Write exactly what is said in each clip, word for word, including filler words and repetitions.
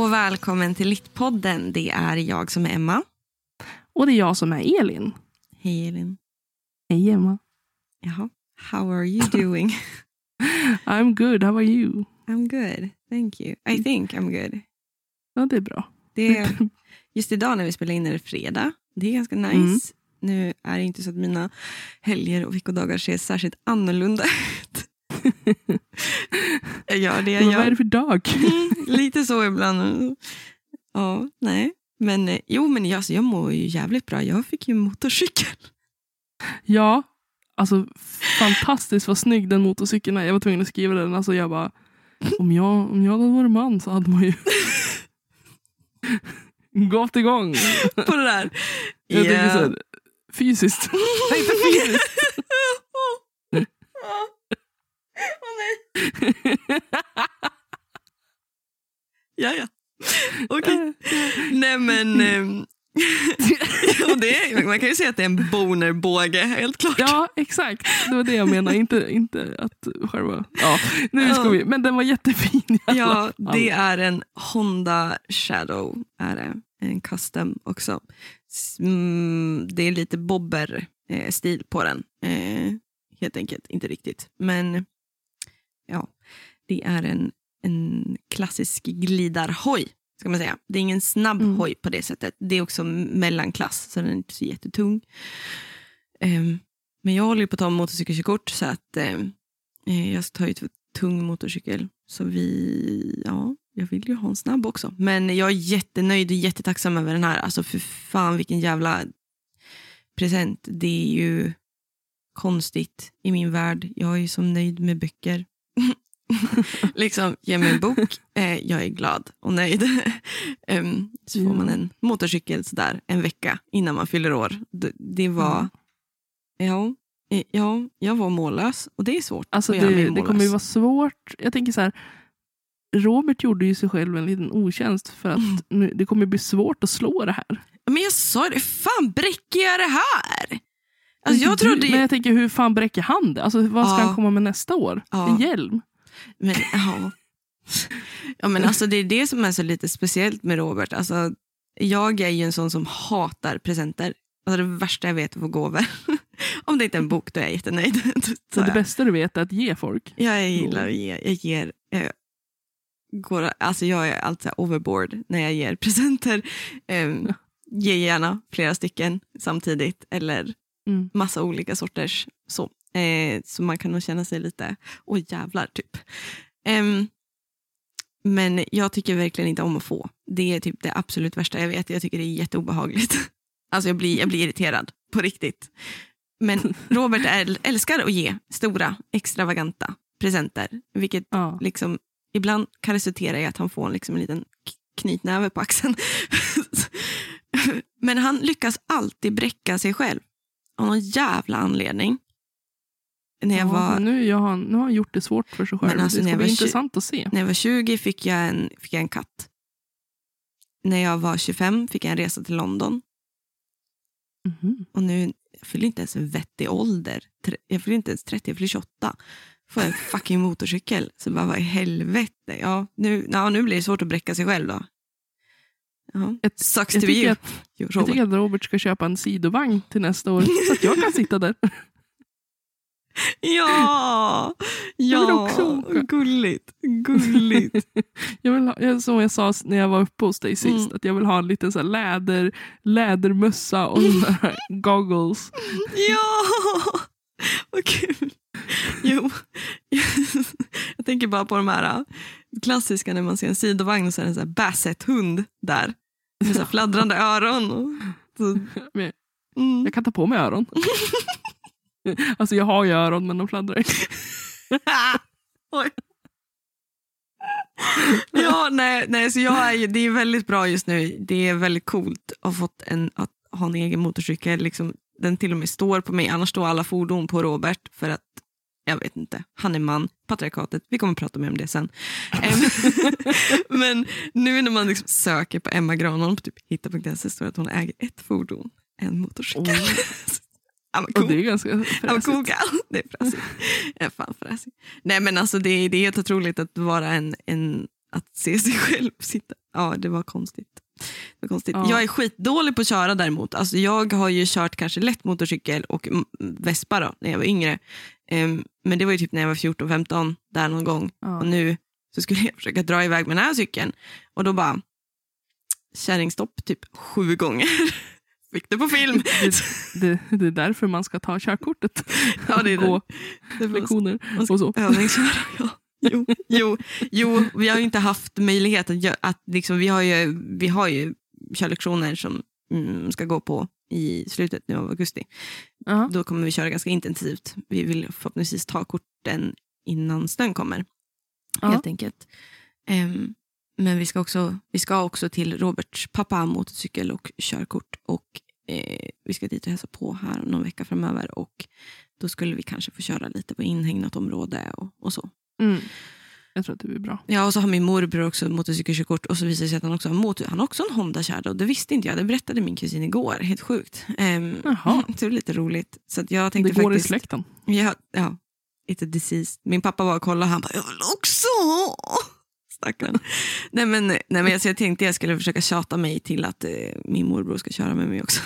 och välkommen till Littpodden. Det är jag som är Emma. Och det är jag som är Elin. Hej Elin. Hej Emma. Jaha. How are you doing? I'm good, how are you? I'm good, thank you. I think I'm good. Ja, det är bra. Det är, just idag när vi spelar in är det fredag. Det är ganska nice. Mm. Nu är det inte så att mina helger och veckodagar ser särskilt annorlunda ut. Jag gör det jag gör. Vad är det för dag? Mm, lite så ibland. Ja, nej. Men jo, men jag, alltså, jag mår ju jävligt bra. Jag fick ju motorcykel. Ja, alltså fantastiskt vad snygg den motorcykeln är. Jag var tvungen att skriva den. Alltså jag bara, om jag, om jag hade varit man så hade man ju gått igång. På det där. Jag yeah. tänker så här, fysiskt. Nej, inte fysiskt. Åh nej. Ja, ja. Okej. Okay. Nej, men... Ähm, och det är, man kan ju säga att det är en bonerbåge, helt klart. Ja, exakt. Det var det jag menar. Inte, inte att själva... Ja, nu ska vi... Men den var jättefin. Ja, det är en Honda Shadow. Är det. En custom också. Mm, det är lite bobber-stil på den. Eh, helt enkelt. Inte riktigt. Men... Ja, det är en, en klassisk glidarhoj, ska man säga. Det är ingen snabb mm. hoj på det sättet. Det är också mellanklass, så den är inte så jättetung. Um, men jag håller ju på att ta motorcykelkort, så att um, jag tar ju ett tung motorcykel. Så vi, ja, jag vill ju ha en snabb också. Men jag är jättenöjd och jättetacksam över den här. Alltså för fan vilken jävla present. Det är ju konstigt i min värld. Jag är ju så nöjd med böcker. liksom, ge mig en bok, eh, jag är glad och nöjd. um, så får man en motorcykel sådär en vecka innan man fyller år. Det, det var mm. ja, ja, jag var mållös och det är svårt. Alltså det, det kommer ju vara svårt. Jag tänker så här, Robert gjorde ju sig själv en liten otjänst för att mm. nu, det kommer bli svårt att slå det här. Men jag sa det, fan bräcker jag det här? Alltså, jag du, trodde... Men jag tänker, hur fan bräcker han det? Alltså vad ska ja. han komma med nästa år? Ja. En hjälm? Men ja. Ja, men alltså det är det som är så lite speciellt med Robert. Alltså jag är ju en sån som hatar presenter. Alltså det värsta jag vet är att få gåvor. Om det inte är en bok, då är jag jättenöjd. Så det bästa du vet är att ge folk? Jag gillar att ge. Jag ger... Jag går, alltså jag är alltid overboard när jag ger presenter. Um, ge gärna flera stycken samtidigt. Eller mm. massa olika sorters. Så. Eh, så man kan nog känna sig lite, åh jävlar typ. Um, men jag tycker verkligen inte om att få. Det är typ det absolut värsta jag vet. Jag tycker det är jätteobehagligt. Alltså jag blir, jag blir irriterad på riktigt. Men Robert är, älskar att ge stora, extravaganta presenter. Vilket ja. liksom ibland kan resultera i att han får liksom en liten knytnäve på axeln. Men han lyckas alltid bräcka sig själv. Av någon jävla anledning. När jag ja, var, nu, jag har, nu har han gjort det svårt för sig själv. Alltså, det ska bli tjugo, intressant att se. När jag var tjugo fick jag, en, fick jag en katt. När jag var tjugofem fick jag en resa till London. Mm-hmm. Och nu, jag fyller inte ens en vettig ålder. Jag fyller inte ens trettio, jag fyller tjugoåtta. Får en fucking motorcykel. Så bara, vad i helvete. Ja, nu, ja, nu blir det svårt att bräcka sig själv då. Ja. Ett, Sucks jag, to tycker you. att, jo, jag tycker att Robert ska köpa en sidovagn till nästa år. Så att jag kan sitta där. Ja, ja, gulligt, gulligt. Jag vill ha, som jag sa när jag var uppe hos dig sist, mm. att jag vill ha en liten så här läder, lädermössa och här goggles. Ja, vad kul. Jo, jag tänker bara på de här klassiska när man ser en sidovagn och så är det en sån här basset-hund där. Med så här fladdrande öron. Och så. Mm. Jag kan ta på mig öron. Alltså jag har ju öron men de fladdrar inte. Oj. Ja, nej, nej så jag är, det är väldigt bra just nu. Det är väldigt coolt att ha fått en, att ha en egen motorcykel. Liksom, den till och med står på mig. Annars står alla fordon på Robert för att, jag vet inte, han är man, patriarkatet. Vi kommer att prata mer om det sen. Men nu när man liksom söker på Emma Granholm på typ hitta punkt se står att hon äger ett fordon, en motorcykel. Oh. Cool. Och det är ganska fräsigt. Cool. Det är fräsigt. Jag är fan fräsigt. Nej men alltså det, det är helt otroligt att vara en, en att se sig själv sitta. Ja, det var konstigt. Det var konstigt. Ja. Jag är skitdålig på att köra däremot. Alltså, jag har ju kört kanske lätt motorcykel och m- Vespa då, när jag var yngre. Um, men det var ju typ när jag var fjorton femton där någon gång. Ja. Och nu så skulle jag försöka dra iväg med den här cykeln. Och då bara kärringstopp typ sju gånger. Fick det på film. Det, det, det är därför man ska ta körkortet. Ja, det är gå det. lektioner Man ska och så. övningsköra, ja. Jo, jo, jo, vi har ju inte haft möjlighet att, gö- att liksom, vi har ju, vi har ju körlektioner som mm, ska gå på i slutet nu av augusti. Ja. Då kommer vi köra ganska intensivt. Vi vill förhoppningsvis ta korten innan snön kommer. Ja. Helt enkelt. Um, men vi ska, också, vi ska också till Roberts pappa motorcykel och körkort. Och eh, vi ska dit och hälsa på här någon vecka framöver. Och då skulle vi kanske få köra lite på inhägnat område och, och så. Mm. Jag tror att det blir bra. Ja, och så har min morbror också motorcykelkörkort. Och så visar det sig att han också har motor. Han har också en Honda Shadow. Det visste inte jag. Det berättade min kusin igår. Helt sjukt. Um, Jaha. det var lite roligt. Så att jag tänkte Det går faktiskt, i släkten. Ja, ja. It's a disease. Min pappa var och kollade och han bara, jag vill också. Stackarn. nej men, nej men alltså, jag tänkte jag skulle försöka tjata mig till att eh, min morbror ska köra med mig också.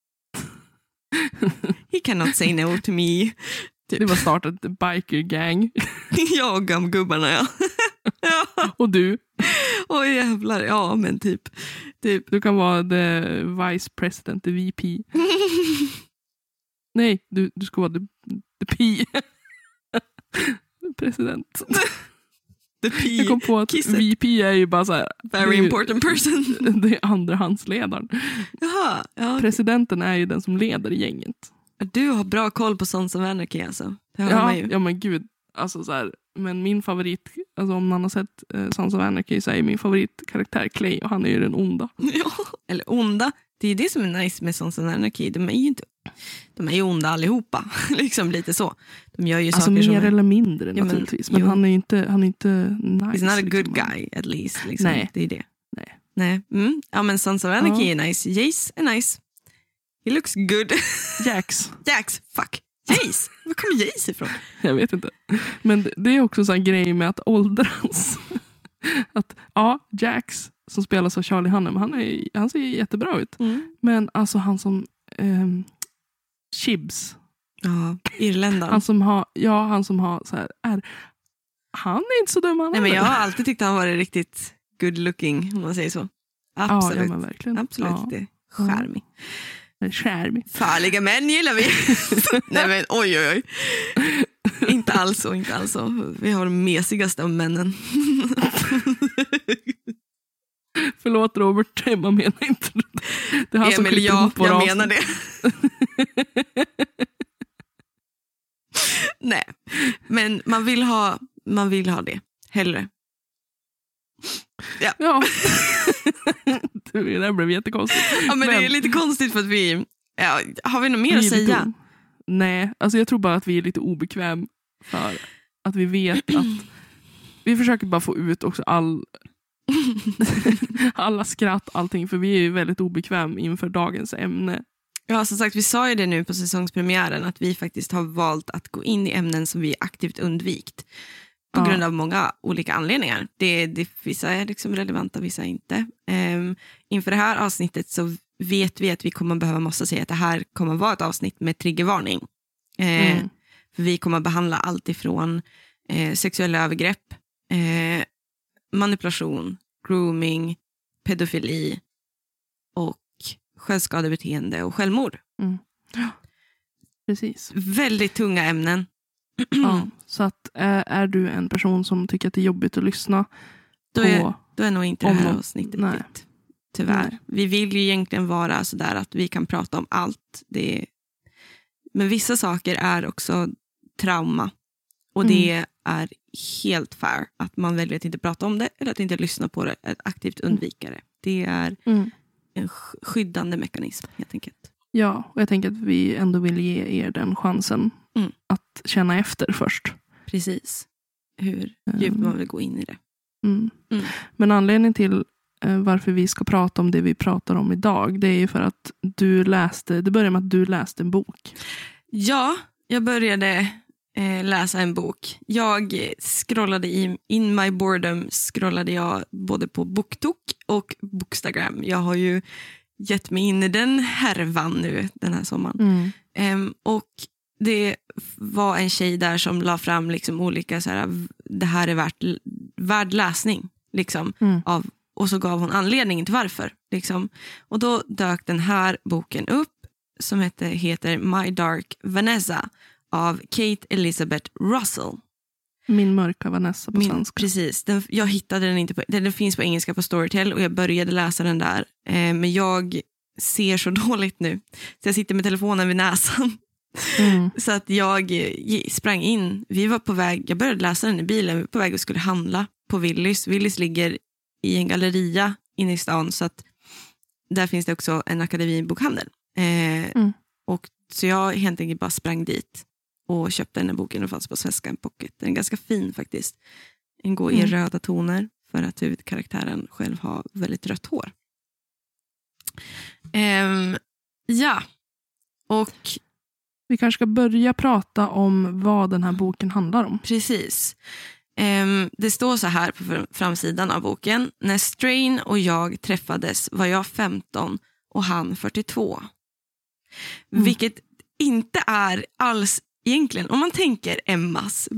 He cannot say no to me. Typ. Det var startat ett biker gang. Jag och gamgubbarna, ja. ja. Och du. Oj jävlar, ja men typ. typ. Du kan vara the vice president, the V P. Nej, du, du ska vara the, the P. President. The P. Jag kom på att Kisset. V P är ju bara så här. Very ju, important person. Det är andrahandsledaren. Jaha, ja. Presidenten är ju den som leder gänget. Du har bra koll på Sons of Anarchy alltså. Det har Ja, man ju. ja men gud. Alltså så här, men min favorit, alltså om man har sett eh, Sons of Anarchy så är min favoritkaraktär Clay och han är ju den onda. Ja, eller onda. Det är det som är nice med Sons of Anarchy. De är ju inte, de är ju onda allihopa. liksom lite så. De gör ju Alltså saker mer som är, eller mindre Ja, men- naturligtvis. Men jo. han är ju inte, han är inte nice. he's not a good liksom. guy at least. Liksom. Nej. Det är det. Nej. Nej. Mm. Ja men Sons of Anarchy Ja. är nice. Jace är nice. He looks good. Jax. Jax, fuck. Jace. Var kommer Jace ifrån? Jag vet inte. Men det- det är också så en grej med att åldras. Att ja, Jax som spelas av Charlie Hunnam, han, är, han ser jättebra ut. Mm. Men alltså han som ehm, Chibs. Ja, irländaren. Han som har, ja, han som har så här, är, han är inte så dum han Nej men heller. jag har alltid tyckt att han varit riktigt good looking om man säger så. Ja, Absolut. ja men verkligen. Absolut. Ja. Det är charmig. Charmig. Farliga män gillar vi. Nej men oj oj oj. Inte alls så, inte alls så. Vi har de mesigaste av männen. Förlåt Robert, man menar inte det. Det är han som Emil, klipper ja, ihop våra jag avsnitt. menar det. Nej, men man vill ha, man vill ha det. Hellre. Ja. Ja. Det där blev jättekonstigt. Ja, men, det är lite konstigt för att vi... Ja, har vi något mer Vi att är lite säga? o- Nej, alltså jag tror bara att vi är lite obekväm för att vi vet att vi försöker bara få ut också all alla skratt, allting, för vi är ju väldigt obekväm inför dagens ämne. Ja, som sagt, vi sa ju det nu på säsongspremiären att vi faktiskt har valt att gå in i ämnen som vi aktivt undvikt. På Ja. grund av många olika anledningar. Det, det, vissa är liksom relevanta, vissa inte. Um, inför det här avsnittet så vet vi att vi kommer behöva måste säga att det här kommer vara ett avsnitt med triggervarning. Eh, Mm. För vi kommer behandla allt ifrån eh, sexuella övergrepp, eh, manipulation, grooming, pedofili och självskadebeteende och självmord. Precis. Väldigt tunga ämnen. Ja, så att är, är du en person som tycker att det är jobbigt att lyssna Då på, är, då är nog inte det om här något- avsnittet nej. ditt. Tyvärr. Nej. Vi vill ju egentligen vara sådär att vi kan prata om allt. Det är, men vissa saker är också trauma. Och Mm. det är helt fair att man väljer att inte prata om det eller att inte lyssna på det, att aktivt undvika det. Det är mm. en sk- skyddande mekanism helt enkelt. Ja, och jag tänker att vi ändå vill ge er den chansen Mm. att känna efter först. Precis. Hur djupt Mm. man vill gå in i det. Mm. Mm. Men anledningen till eh, varför vi ska prata om det vi pratar om idag, det är ju för att du läste, det började med att du läste en bok. Ja, jag började eh, läsa en bok. Jag scrollade i In My Boredom scrollade jag både på BookTok och Bookstagram. Jag har ju gett mig in i den härvan nu den här sommaren. Mm. Eh, och det var en tjej där som la fram liksom olika så här, det här är värt, värd läsning liksom, Mm. av, och så gav hon anledningen till varför. Liksom. Och då dök den här boken upp som heter, heter My Dark Vanessa av Kate Elizabeth Russell. Min mörka Vanessa på Min, svenska. precis, den, jag hittade den inte på, den, den finns på engelska på Storytel och jag började läsa den där. Eh, men jag ser så dåligt nu så jag sitter med telefonen vid näsan. Mm. Så att jag sprang in, vi var på väg, jag började läsa den i bilen, vi var på väg och skulle handla på Willys. Willys ligger i en galleria inne i stan så att där finns det också en akademibokhandel. Eh, Mm. och så jag helt enkelt bara sprang dit och köpte den här boken och fanns på Svenska Pocket. Den är ganska fin faktiskt. Den går i Mm. röda toner för att huvudkaraktären själv har väldigt rött hår. Eh, ja, och Vi kanske ska börja prata om vad den här boken handlar om. precis. Um, det står så här på framsidan av boken. När Strain och jag träffades var jag femton och han fyrtiotvå. Mm. Vilket inte är alls egentligen, om man tänker Emmas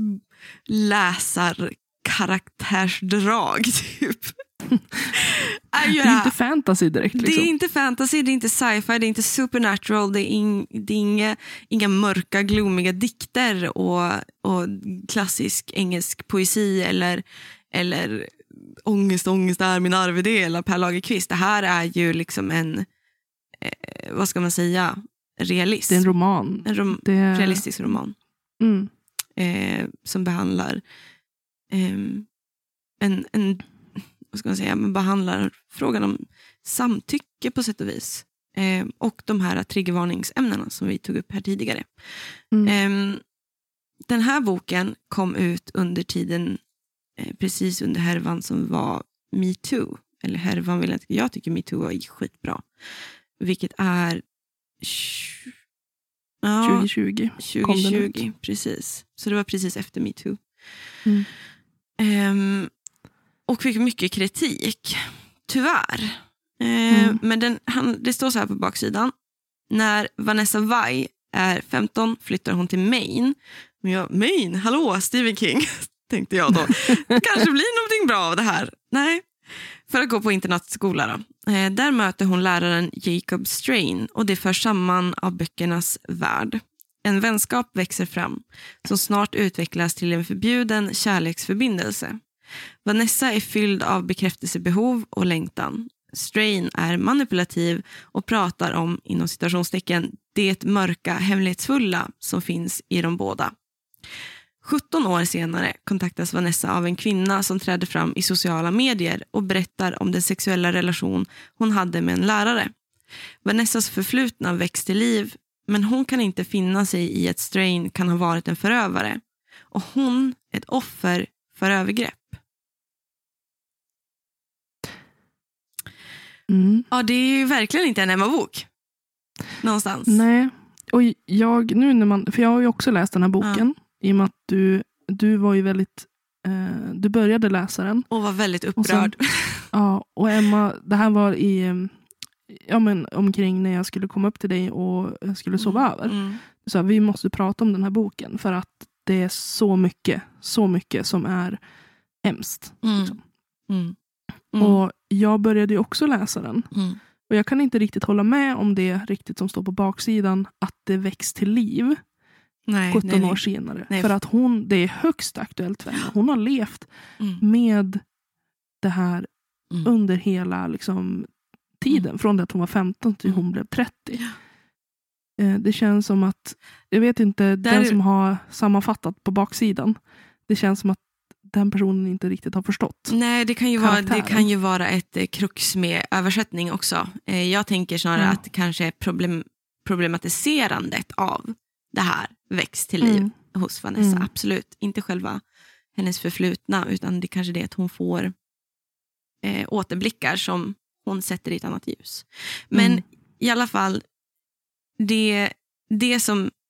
läsarkaraktärsdrag typ. är ju Det är inte fantasy direkt. Liksom. Det är inte fantasy, det är inte sci-fi, det är inte supernatural, det är, in, det är inga, inga mörka, gloomiga dikter och, och klassisk engelsk poesi eller, eller ångest, ångest är min arvedel av Per Lagerkvist. Det här är ju liksom en, eh, vad ska man säga, realist. Det är en roman. En rom- det är... realistisk roman. Mm. Eh, som behandlar eh, en, en vad ska man säga, man behandlar frågan om samtycke på sätt och vis. Eh, och de här triggervarningsämnena som vi tog upp här tidigare. Mm. Eh, den här boken kom ut under tiden, eh, precis under härvan som var Me Too. Eller härvan vill jag inte, jag tycker Me Too var skitbra. Vilket är ja, tjugo tjugo. tjugo tjugo, precis. Så det var precis efter Me Too. Mm. Eh, Och fick mycket kritik. Tyvärr. Eh, Mm. Men den, han, det står så här på baksidan. När Vanessa Vai är femton flyttar hon till Maine. Men jag, Maine? Hallå, Stephen King. Tänkte jag då. Kanske blir någonting bra av det här. Nej. För att gå på internatskola då. Eh, där möter hon läraren Jacob Strain. Och det för samman av böckernas värld. En vänskap växer fram. Som snart utvecklas till en förbjuden kärleksförbindelse. Vanessa är fylld av bekräftelsebehov och längtan. Strain är manipulativ och pratar om, inom citationstecken, det mörka, hemlighetsfulla som finns i de båda. sjutton år senare kontaktas Vanessa av en kvinna som träder fram i sociala medier och berättar om den sexuella relation hon hade med en lärare. Vanessas förflutna väcks till liv, men hon kan inte finna sig i att Strain kan ha varit en förövare. Och hon ett offer för övergrepp. Mm. Ja, det är ju verkligen inte en Emma-bok. Någonstans. Nej, och jag nu när man, för jag har ju också läst den här boken Ja. i och med att du, du var ju väldigt, eh, du började läsa den. Och var väldigt Och sen- upprörd. Ja, och Emma, det här var i, eh, ja men omkring när jag skulle komma upp till dig och jag skulle sova över. Mm. Så vi måste prata om den här boken för att det är så mycket, så mycket som är hemskt. Mm. Liksom. Mm. Mm. Och jag började ju också läsa den. Mm. Och jag kan inte riktigt hålla med om det riktigt som står på baksidan, att det väcks till liv Nej, sjutton nej, nej. år senare. Nej. För att hon, det är högst aktuellt för henne. Hon har levt Mm. med det här Mm. under hela liksom, tiden. Från det att hon var femton till hon blev trettio. Eh, det känns som att, jag vet inte, Där- den som har sammanfattat på baksidan. Det känns som att den personen inte riktigt har förstått. Nej, det kan ju vara, det karaktären. kan ju vara ett eh, krux med översättning också. Eh, jag tänker snarare Mm. att det kanske är problem, problematiserandet av det här väcks till liv Mm. hos Vanessa. Mm. Absolut. Inte själva hennes förflutna, utan det kanske är det att hon får eh, återblickar som hon sätter i ett annat ljus. Men Mm. i alla fall, det, det som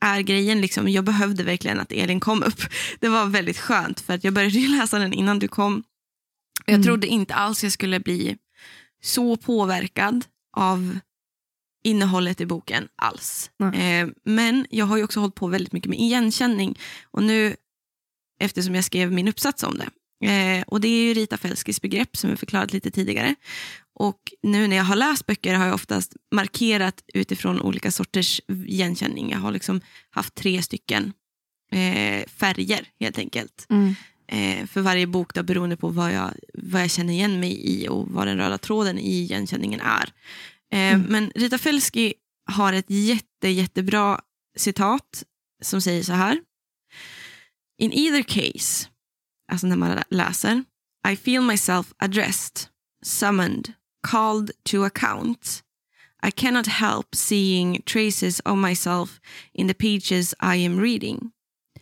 är grejen liksom, jag behövde verkligen att Elin kom upp. Det var väldigt skönt för att jag började läsa den innan du kom. Jag Mm. trodde inte alls jag skulle bli så påverkad av innehållet i boken alls. Eh, men jag har ju också hållit på väldigt mycket med igenkänning. Och nu, eftersom jag skrev min uppsats om det. Eh, och det är ju Rita Felskis begrepp som jag förklarat lite tidigare. Och nu när jag har läst böcker har jag oftast markerat utifrån olika sorters igenkänning. Jag har liksom haft tre stycken eh, färger helt enkelt. Mm. Eh, för varje bok då, beroende på vad jag, vad jag känner igen mig i och vad den röda tråden i igenkänningen är. Eh, mm. Men Rita Felski har ett jätte, jättebra citat som säger så här. In either case, alltså när man läser, I feel myself addressed, summoned, called to account. I cannot help seeing traces of myself in the pages I am reading.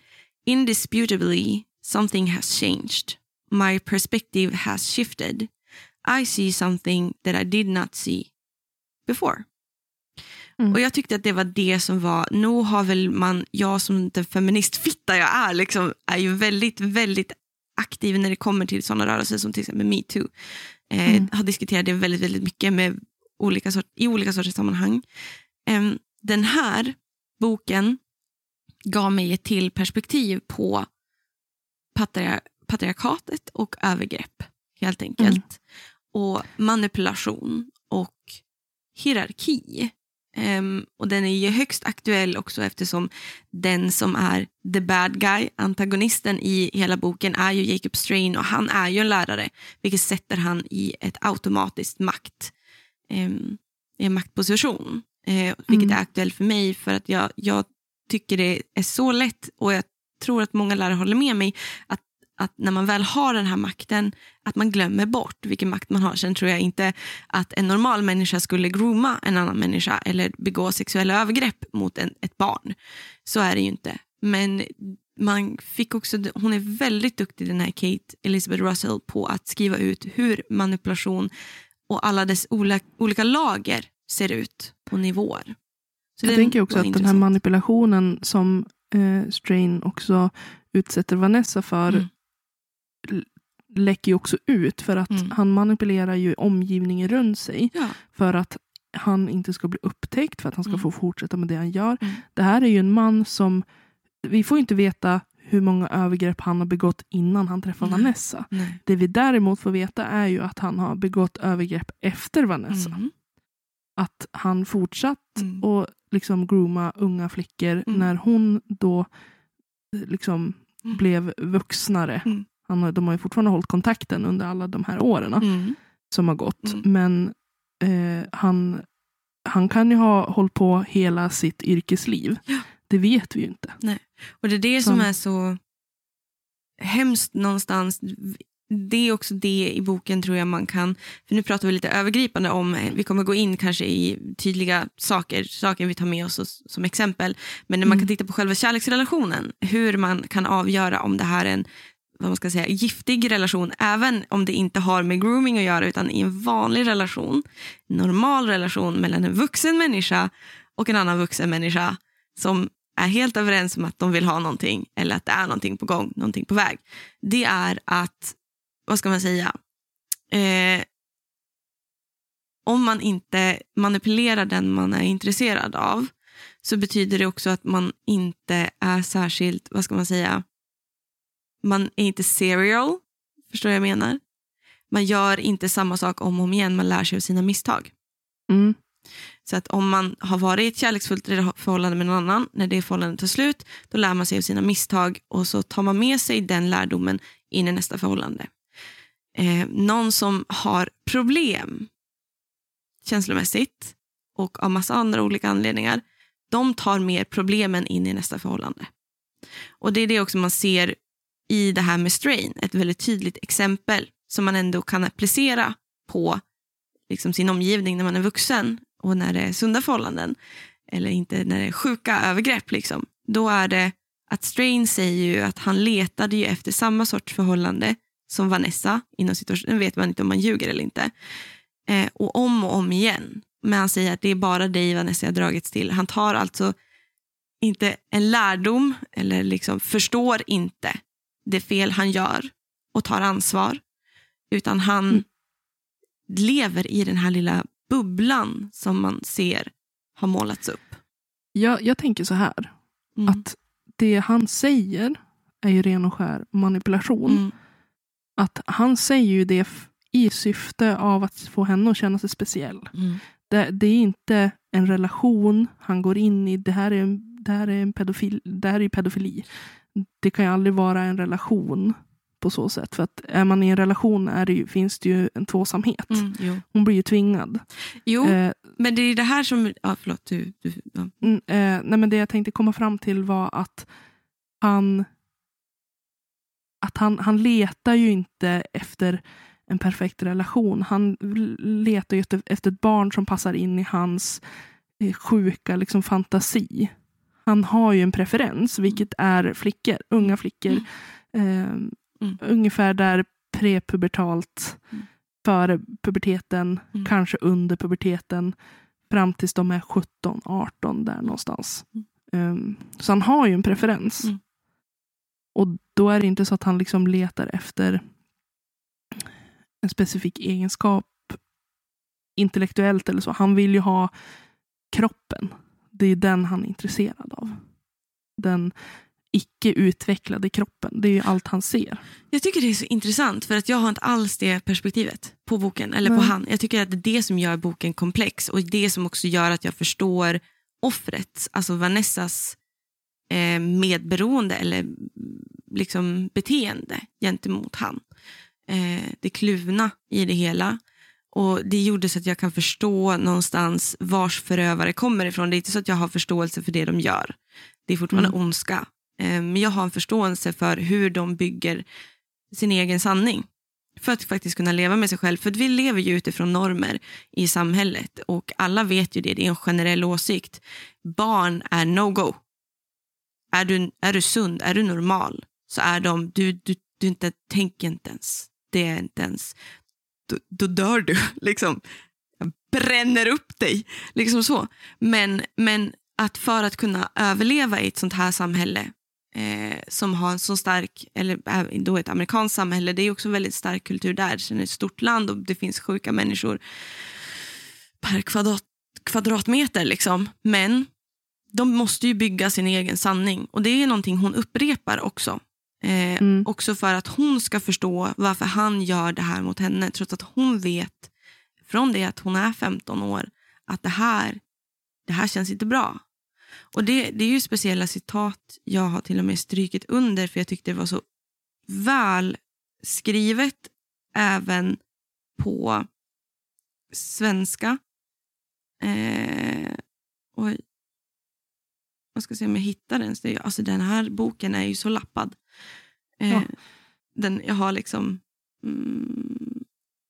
Indisputably, something has changed. My perspective has shifted. I see something that I did not see before. Mm. Och jag tyckte att det var det som var, nog har väl man, jag som den feministfitta jag är, liksom, är ju väldigt, väldigt aktiv när det kommer till sådana rörelser som till exempel Me Too. Eh, mm. Har diskuterat det väldigt, väldigt mycket med olika sort, i olika sorters sammanhang. Eh, den här boken gav mig ett till perspektiv på patria, patriarkatet och övergrepp, helt enkelt. Mm. Och manipulation och hierarki. Um, och den är ju högst aktuell också eftersom den som är the bad guy, antagonisten i hela boken, är ju Jacob Strain, och han är ju en lärare, vilket sätter han i ett automatiskt makt um, en maktposition, uh, vilket mm. är aktuellt för mig för att jag, jag tycker det är så lätt, och jag tror att många lärare håller med mig, att att när man väl har den här makten, att man glömmer bort vilken makt man har. Sen tror jag inte att en normal människa skulle grooma en annan människa eller begå sexuella övergrepp mot en, ett barn. Så är det ju inte. Men man fick också, hon är väldigt duktig, den här Kate Elizabeth Russell, på att skriva ut hur manipulation och alla dess olika, olika lager ser ut på nivåer. Så jag tänker också att intressant. Den här manipulationen som eh, Strain också utsätter Vanessa för mm. läcker ju också ut, för att mm. han manipulerar ju omgivningen runt sig ja. för att han inte ska bli upptäckt, för att han ska mm. få fortsätta med det han gör. Mm. Det här är ju en man som, vi får inte veta hur många övergrepp han har begått innan han träffar Nej. Vanessa. Nej. Det vi däremot får veta är ju att han har begått övergrepp efter Vanessa. Mm. Att han fortsatt mm. och liksom grooma unga flickor mm. när hon då liksom mm. blev vuxnare. Mm. Han, de har ju fortfarande hållit kontakten under alla de här åren mm. som har gått. Mm. Men eh, han, han kan ju ha hållit på hela sitt yrkesliv. Ja. Det vet vi ju inte. Nej. Och det är det som, som är så hemskt någonstans. Det är också det i boken, tror jag man kan, för nu pratar vi lite övergripande om, vi kommer gå in kanske i tydliga saker, saker vi tar med oss som exempel, men när man mm. kan titta på själva kärleksrelationen, hur man kan avgöra om det här är en, vad man ska säga, giftig relation, även om det inte har med grooming att göra, utan i en vanlig relation, normal relation mellan en vuxen människa och en annan vuxen människa som är helt överens om att de vill ha någonting, eller att det är någonting på gång, någonting på väg. Det är att, vad ska man säga, eh, om man inte manipulerar den man är intresserad av, så betyder det också att man inte är särskilt, vad ska man säga, man är inte serial, förstår jag menar? Man gör inte samma sak om och om igen, man lär sig av sina misstag. Mm. Så att om man har varit i ett kärleksfullt förhållande med någon annan, när det förhållandet tar slut, då lär man sig av sina misstag, och så tar man med sig den lärdomen in i nästa förhållande. Eh, någon som har problem känslomässigt och av massa andra olika anledningar, de tar mer problemen in i nästa förhållande. Och det är det också man ser i det här med Strain, ett väldigt tydligt exempel som man ändå kan applicera på liksom sin omgivning när man är vuxen och när det är sunda förhållanden, eller inte när det är sjuka övergrepp liksom. Då är det att Strain säger ju att han letade ju efter samma sorts förhållande som Vanessa inom situationen, vet man inte om man ljuger eller inte, eh, och om och om igen. Men han säger att det är bara dig Vanessa har dragits till. Han tar alltså inte en lärdom eller liksom förstår inte det fel han gör och tar ansvar, utan han mm. lever i den här lilla bubblan som man ser har målats upp. Jag, jag tänker så här, mm. att det han säger är ju ren och skär manipulation. Mm. Att han säger ju det i syfte av att få henne att känna sig speciell. Mm. Det, det är inte en relation han går in i. Det här är en, det här är en pedofil, det här är pedofili. Det kan ju aldrig vara en relation på så sätt. För att är man i en relation är det ju, finns det ju en tvåsamhet. Mm, Hon blir ju tvingad. Jo, eh, men det är det här som... Ja, förlåt. Du, du, ja. eh, nej, men det jag tänkte komma fram till var att han... Att han, han letar ju inte efter en perfekt relation. Han letar ju efter, efter ett barn som passar in i hans eh, sjuka liksom, fantasi. Han har ju en preferens, vilket är flickor, unga flickor. Mm. Eh, mm. Ungefär där prepubertalt, mm. före puberteten, mm. kanske under puberteten, fram tills de är sjutton arton där någonstans. Mm. Eh, så han har ju en preferens. Mm. Och då är det inte så att han liksom letar efter en specifik egenskap intellektuellt eller så. Han vill ju ha kroppen. Det är den han är intresserad av. Den icke utvecklade kroppen. Det är ju allt han ser. Jag tycker det är så intressant för att jag har inte alls det perspektivet på boken eller Nej. på han. Jag tycker att det är det som gör boken komplex och det som också gör att jag förstår offrets, alltså Vanessas eh, medberoende eller liksom beteende gentemot han. Eh, det kluvna i det hela. Och det gjorde så att jag kan förstå någonstans vars förövare kommer ifrån. Det är inte så att jag har förståelse för det de gör. Det är fortfarande mm. ondska. Eh, men jag har en förståelse för hur de bygger sin egen sanning. För att faktiskt kunna leva med sig själv. För att vi lever ju utifrån normer i samhället. Och alla vet ju det. Det är en generell åsikt. Barn är no-go. Är du, är du sund, är du normal, så är de, du, du, du inte tänker inte ens. Det är inte ens, då, då dör du. Liksom, jag bränner upp dig. Liksom så. Men, men att för att kunna överleva i ett sånt här samhälle eh, som har en så stark, eller då ett amerikanskt samhälle, det är också väldigt stark kultur där. Det är ett stort land och det finns sjuka människor per kvadrat, kvadratmeter. Liksom. Men de måste ju bygga sin egen sanning. Och det är någonting hon upprepar också. Eh, mm. Också för att hon ska förstå varför han gör det här mot henne. Trots att hon vet från det att hon är femton år att det här, det här känns inte bra. Och det, det är ju speciella citat jag har till och med strykit under. För jag tyckte det var så väl skrivet även på svenska. Eh, oj. Jag ska se om jag hittar den. Alltså den här boken är ju så lappad. Eh, ja. den, jag har liksom... Mm,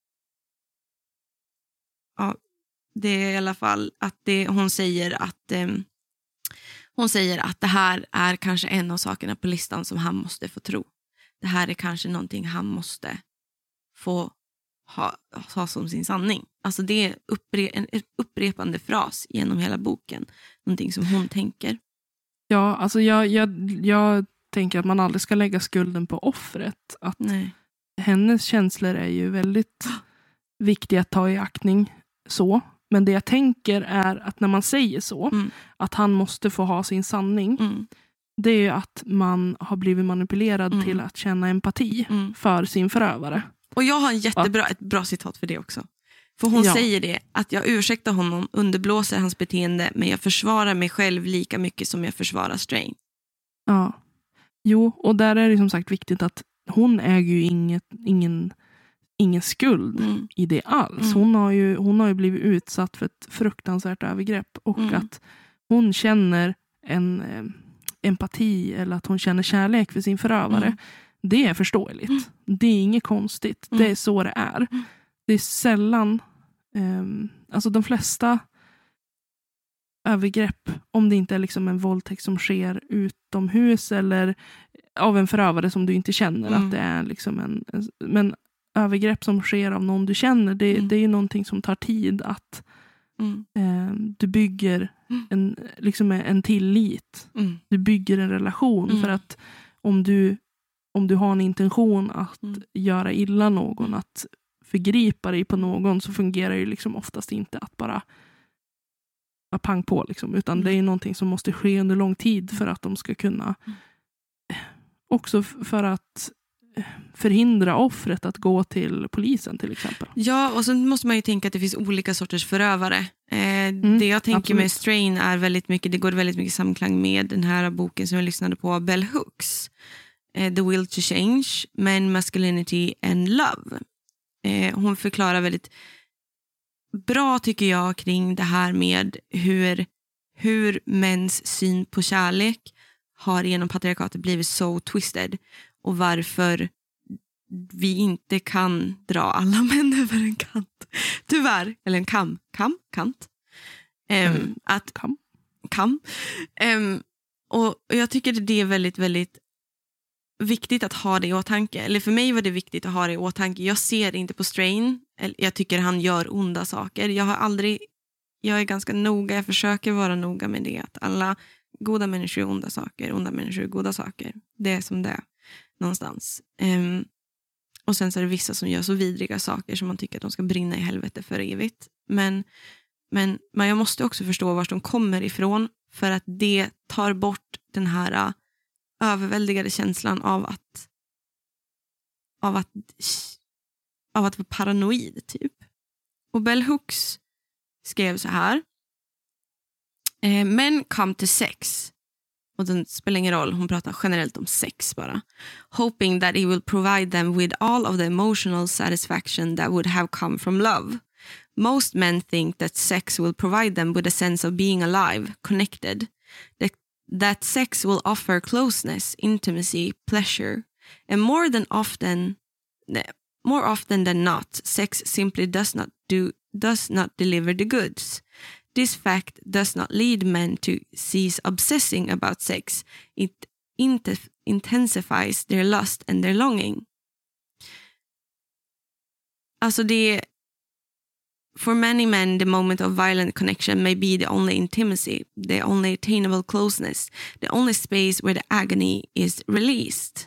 ja, det är i alla fall att det, hon säger att... Eh, hon säger att det här är kanske en av sakerna på listan som han måste få tro. Det här är kanske någonting han måste få ha, ha som sin sanning. Alltså det är uppre, en upprepande fras genom hela boken. Någonting som hon tänker. Ja, alltså jag, jag, jag tänker att man aldrig ska lägga skulden på offret. Att Nej. hennes känslor är ju väldigt viktiga att ta i aktning så. Men det jag tänker är att när man säger så, mm. att han måste få ha sin sanning, mm. det är ju att man har blivit manipulerad mm. till att känna empati mm. för sin förövare. Och jag har en jättebra, ett bra citat för det också. För hon ja. säger det, att jag ursäktar honom, underblåser hans beteende, men jag försvarar mig själv lika mycket som jag försvarar Strain. Ja, jo, och där är det som sagt viktigt att hon äger ju inget, ingen, ingen skuld mm. i det alls. Mm. Hon, har ju, hon har ju blivit utsatt för ett fruktansvärt övergrepp och mm. att hon känner en eh, empati eller att hon känner kärlek för sin förövare. Mm. Det är förståeligt. Mm. Det är inget konstigt. Mm. Det är så det är. Mm. Det är sällan, um, alltså de flesta övergrepp, om det inte är liksom en våldtäkt som sker utomhus eller av en förövare som du inte känner, mm. att det är liksom en, en, men övergrepp som sker av någon du känner, det, mm. det är ju någonting som tar tid att Mm. Eh, du bygger mm. en, liksom en tillit. Mm. Du bygger en relation. Mm. För att om du, om du har en intention att mm. göra illa någon, att förgripa dig på någon, så fungerar det liksom oftast inte att bara pang på. Liksom, utan mm. det är någonting som måste ske under lång tid för att de ska kunna mm. också för att förhindra offret att gå till polisen till exempel. Ja, och så måste man ju tänka att det finns olika sorters förövare. Eh, mm, det jag tänker absolut. med Strain är väldigt mycket, det går väldigt mycket samklang med den här boken som jag lyssnade på, Bell Hooks. Eh, The Will to Change, Men, Masculinity and Love. Eh, hon förklarar väldigt bra tycker jag kring det här med hur, hur mäns syn på kärlek har genom patriarkatet blivit så twisted. Och varför vi inte kan dra alla män över en kant. Tyvärr. Eller en kam. Kam? Kant. Um, mm. att, kam. Kam. Um, och jag tycker det är väldigt, väldigt viktigt att ha det i åtanke. Eller för mig var det viktigt att ha det i åtanke. Jag ser inte på Strain. Jag tycker han gör onda saker. Jag har aldrig... Jag är ganska noga. Jag försöker vara noga med det. Att alla goda människor är onda saker. Onda människor är goda saker. Det är som det är. Någonstans. Um, och sen så är det vissa som gör så vidriga saker som man tycker att de ska brinna i helvete för evigt. Men, men, men jag måste också förstå var de kommer ifrån. För att det tar bort den här uh, överväldigade känslan av att av att av att vara paranoid typ. Och Bell Hooks skrev så här. Eh, Men come to sex. Och den spelar ingen roll, hon pratar generellt om sex bara. Hoping that it will provide them with all of the emotional satisfaction that would have come from love. Most men think that sex will provide them with a sense of being alive, connected. That, that sex will offer closeness, intimacy, pleasure. And more than often, more often than not, sex simply does not do does not deliver the goods. This fact does not lead men to cease obsessing about sex. It int- intensifies their lust and their longing. Alltså det... For many men, the moment of violent connection may be the only intimacy, the only attainable closeness, the only space where the agony is released.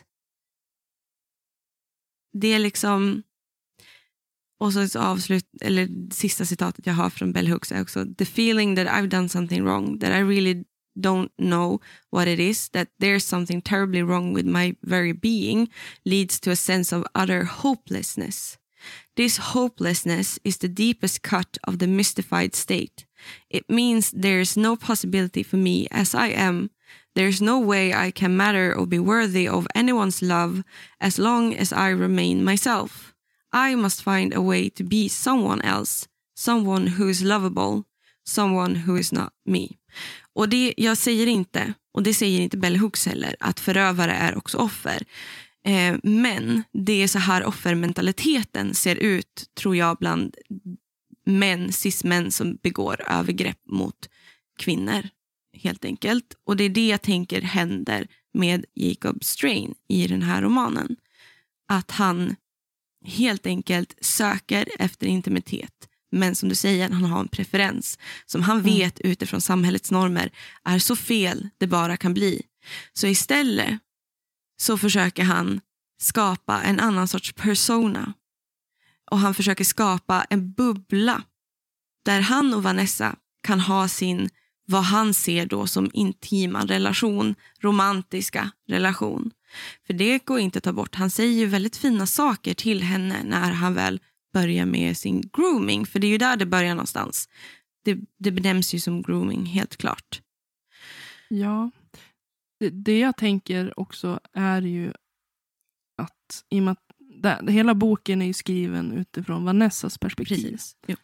Det är liksom... Och så, så avslut, eller sista citatet jag har från Bell Hooks är också: the feeling that I've done something wrong, that I really don't know what it is, that there's something terribly wrong with my very being, leads to a sense of utter hopelessness. This hopelessness is the deepest cut of the mystified state. It means there's no possibility for me as I am. There's no way I can matter or be worthy of anyone's love as long as I remain myself. I must find a way to be someone else, someone who is lovable, someone who is not me. Och det, jag säger inte, och det säger inte Bell Hooks heller, att förövare är också offer. Eh, men det är så här offermentaliteten ser ut, tror jag, bland män, cis-män som begår övergrepp mot kvinnor, helt enkelt. Och det är det jag tänker händer med Jacob Strain i den här romanen. Att han helt enkelt söker efter intimitet. Men som du säger, han har en preferens som han vet mm. utifrån samhällets normer är så fel det bara kan bli. Så istället så försöker han skapa en annan sorts persona. Och han försöker skapa en bubbla där han och Vanessa kan ha sin, vad han ser då som intima relation, romantiska relation. För det går inte att ta bort. Han säger ju väldigt fina saker till henne när han väl börjar med sin grooming. För det är ju där det börjar någonstans. Det, det benämns ju som grooming, helt klart. Ja, det, det jag tänker också är ju att, i och med att det, hela boken är ju skriven utifrån Vanessas perspektiv. Precis. Jo.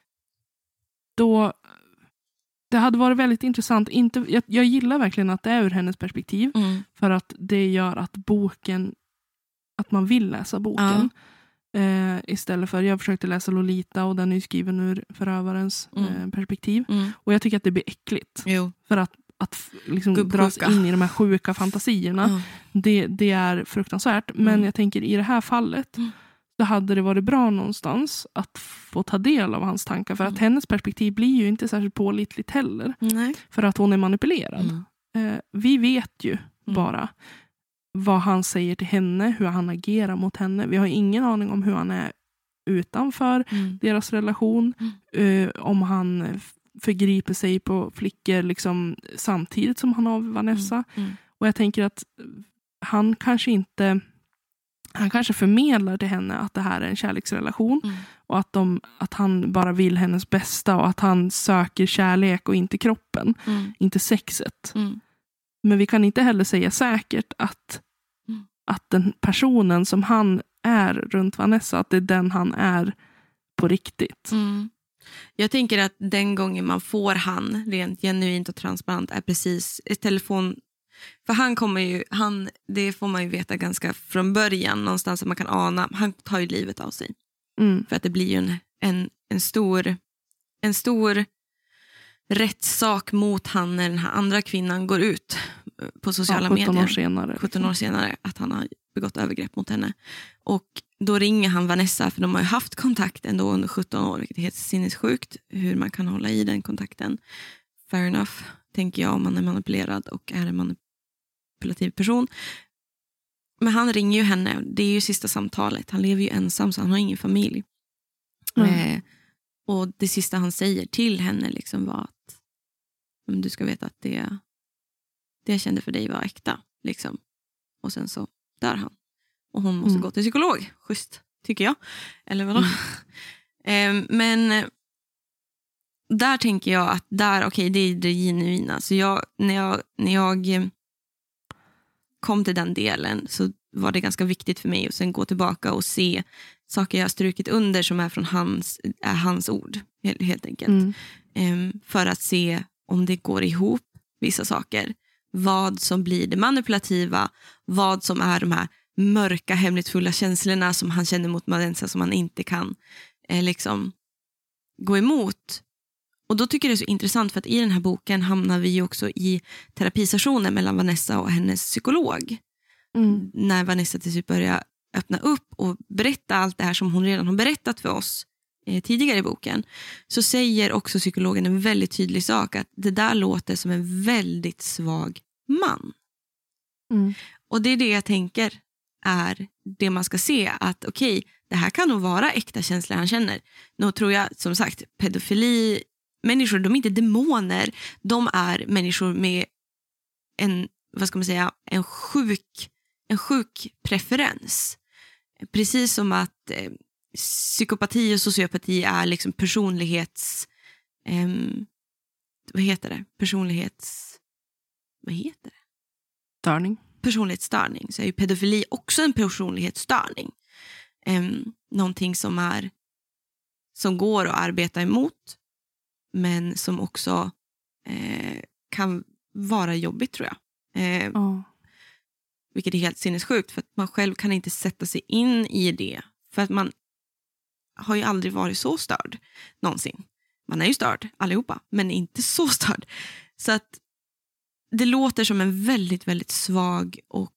Då, det hade varit väldigt intressant. Inte, jag, jag gillar verkligen att det är ur hennes perspektiv. Mm. För att det gör att boken, att man vill läsa boken. Ja. Eh, istället för, jag försökte läsa Lolita och den är skriven ur förövarens mm. eh, perspektiv. Mm. Och jag tycker att det blir äckligt. Jo. För att, att liksom dras in i de här sjuka fantasierna. Mm. Det, det är fruktansvärt. Men mm. jag tänker i det här fallet mm. då hade det varit bra någonstans att få ta del av hans tankar. För att mm. hennes perspektiv blir ju inte särskilt pålitligt heller. Nej. För att hon är manipulerad. Mm. Eh, vi vet ju mm. bara vad han säger till henne, hur han agerar mot henne. Vi har ingen aning om hur han är utanför mm. deras relation. Mm. Eh, om han förgriper sig på flickor liksom, samtidigt som han har Vanessa. Mm. Mm. Och jag tänker att han kanske inte... Han kanske förmedlar till henne att det här är en kärleksrelation. Mm. Och att, de, att han bara vill hennes bästa. Och att han söker kärlek och inte kroppen. Mm. Inte sexet. Mm. Men vi kan inte heller säga säkert att, mm. att den personen som han är runt Vanessa. Att det är den han är på riktigt. Mm. Jag tänker att den gången man får han rent genuint och transparent är precis i telefon. För han kommer ju, han, det får man ju veta ganska från början någonstans, att man kan ana, han tar ju livet av sig. Mm. För att det blir ju en, en, en stor en stor rättssak mot han när den här andra kvinnan går ut på sociala ja, sjutton medier. År senare, sjutton år senare att han har begått övergrepp mot henne. Och då ringer han Vanessa, för de har ju haft kontakt ändå under sjutton år, vilket är helt sinnessjukt hur man kan hålla i den kontakten. Fair enough, tänker jag, om man är manipulerad och är en manipulativ person. Men han ringer ju henne, det är ju sista samtalet. Han lever ju ensam, så han har ingen familj. Mm. Eh, och det sista han säger till henne liksom var att du ska veta att det, det jag kände för dig var äkta. Liksom. Och sen så dör han. Och hon måste mm. gå till psykolog. Schysst, tycker jag. Eller vadå? Mm. eh, men där tänker jag att där, okej, okay, det är det genuina. Så jag, när jag, när jag kom till den delen så var det ganska viktigt för mig att sen gå tillbaka och se saker jag har strukit under som är från hans, är hans ord, helt, helt enkelt. Mm. Um, för att se om det går ihop vissa saker. Vad som blir det manipulativa, vad som är de här mörka, hemlighetsfulla känslorna som han känner mot Vanessa som han inte kan eh, liksom gå emot. Och då tycker jag det är så intressant, för att i den här boken hamnar vi ju också i terapisessioner mellan Vanessa och hennes psykolog. Mm. När Vanessa till slut börjar öppna upp och berätta allt det här som hon redan har berättat för oss eh, tidigare i boken, så säger också psykologen en väldigt tydlig sak, att det där låter som en väldigt svag man. Mm. Och det är det jag tänker är det man ska se, att okej, okay, det här kan nog vara äkta känslor han känner. Nu tror jag, som sagt, pedofili, människor, de är inte demoner, de är människor med en, vad ska man säga, en sjuk en sjuk preferens. Precis som att eh, psykopati och sociopati är liksom personlighets eh, vad heter det? Personlighets vad heter det? Störning. Personlighetsstörning. Så är ju pedofili också en personlighetsstörning. Eh, någonting som är som går att arbeta emot, men som också eh, kan vara jobbigt, tror jag. Eh, oh. Vilket är helt sinnessjukt, för att man själv kan inte sätta sig in i det. För att man har ju aldrig varit så störd någonsin. Man är ju störd allihopa, men inte så störd. Så att det låter som en väldigt, väldigt svag och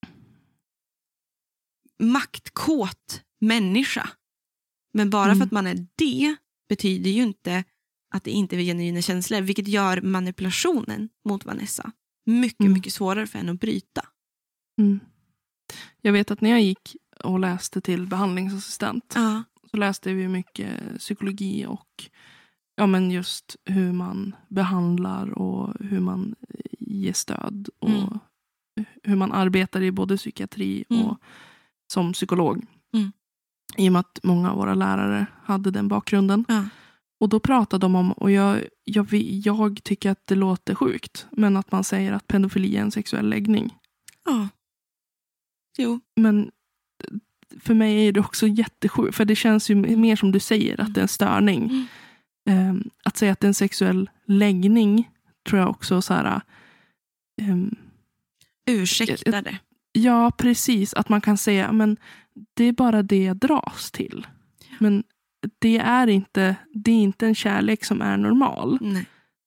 maktkåt människa. Men bara mm. för att man är det betyder ju inte att det inte är genuina känslor. Vilket gör manipulationen mot Vanessa mycket, mm. mycket svårare för henne att bryta. Mm. Jag vet att när jag gick och läste till behandlingsassistent uh. så läste vi mycket psykologi och ja, men just hur man behandlar och hur man ger stöd och mm. hur man arbetar i både psykiatri mm. och som psykolog. Mm. I och med att många av våra lärare hade den bakgrunden. Uh. Och då pratade de om, och jag, jag, jag tycker att det låter sjukt, men att man säger att pedofili är en sexuell läggning. Ja. Jo. Men för mig är det också jättesjukt. För det känns ju mer som du säger att det är en störning. Mm. Um, att säga att det är en sexuell läggning tror jag också så här... Um, Ursäkta det. Ja, precis. Att man kan säga, men det är bara det jag dras till. Ja. Men det är inte, det är inte en kärlek som är normal. Nej.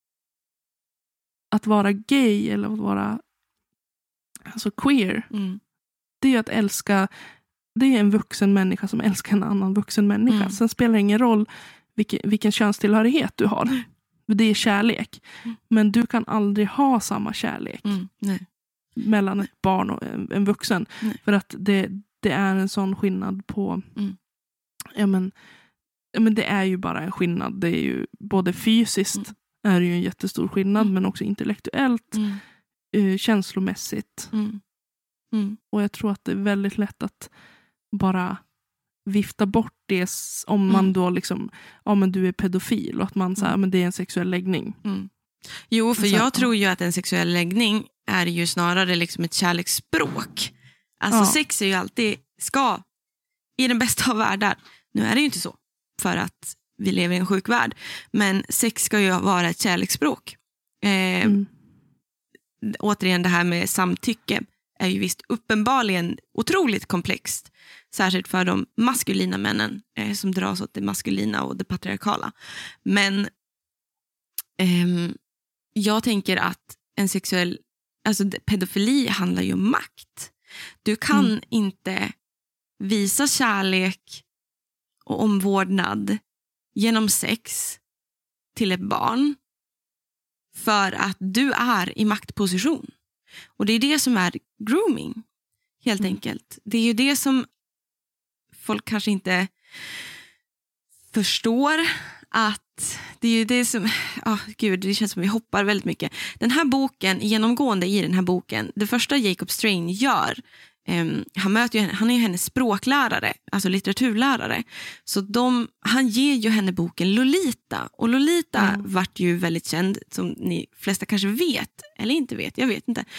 Att vara gay eller att vara alltså queer. Mm. Det är att älska det är en vuxen människa som älskar en annan vuxen människa. Mm. Sen spelar det ingen roll vilken, vilken könstillhörighet du har. Mm. Det är kärlek. Mm. Men du kan aldrig ha samma kärlek mm. Nej. mellan ett barn och en, en vuxen. Nej. För att det, det är en sån skillnad på... Mm. Ja, men, ja, men det är ju bara en skillnad. Det är ju både fysiskt mm. är det ju en jättestor skillnad, mm. men också intellektuellt, mm. eh, känslomässigt. Mm. Mm. Och jag tror att det är väldigt lätt att bara vifta bort det om man mm. då liksom, ja men du är pedofil och att man säger, mm. men det är en sexuell läggning. Mm. Jo, för så, jag tror ju att en sexuell läggning är ju snarare liksom ett kärleksspråk. Alltså ja. Sex är ju alltid, ska, i den bästa av världar. Nu är det ju inte så, för att vi lever i en sjuk värld. Men sex ska ju vara ett kärleksspråk. Eh, mm. Återigen det här med samtycke är ju visst uppenbarligen otroligt komplext. Särskilt för de maskulina männen eh, som dras åt det maskulina och det patriarkala. Men eh, jag tänker att en sexuell, alltså pedofili handlar ju om makt. Du kan mm. inte visa kärlek och omvårdnad genom sex till ett barn för att du är i maktposition. Och det är det som är grooming, helt mm. enkelt. Det är ju det som folk kanske inte förstår, att det är ju det som, ja oh, gud, det känns som vi hoppar väldigt mycket. Den här boken, genomgående i den här boken, det första Jacob Strain gör, um, han möter ju, han är ju hennes språklärare, alltså litteraturlärare. Så de, han ger ju henne boken Lolita, och Lolita mm. vart ju väldigt känd, som ni flesta kanske vet, eller inte vet, jag vet inte.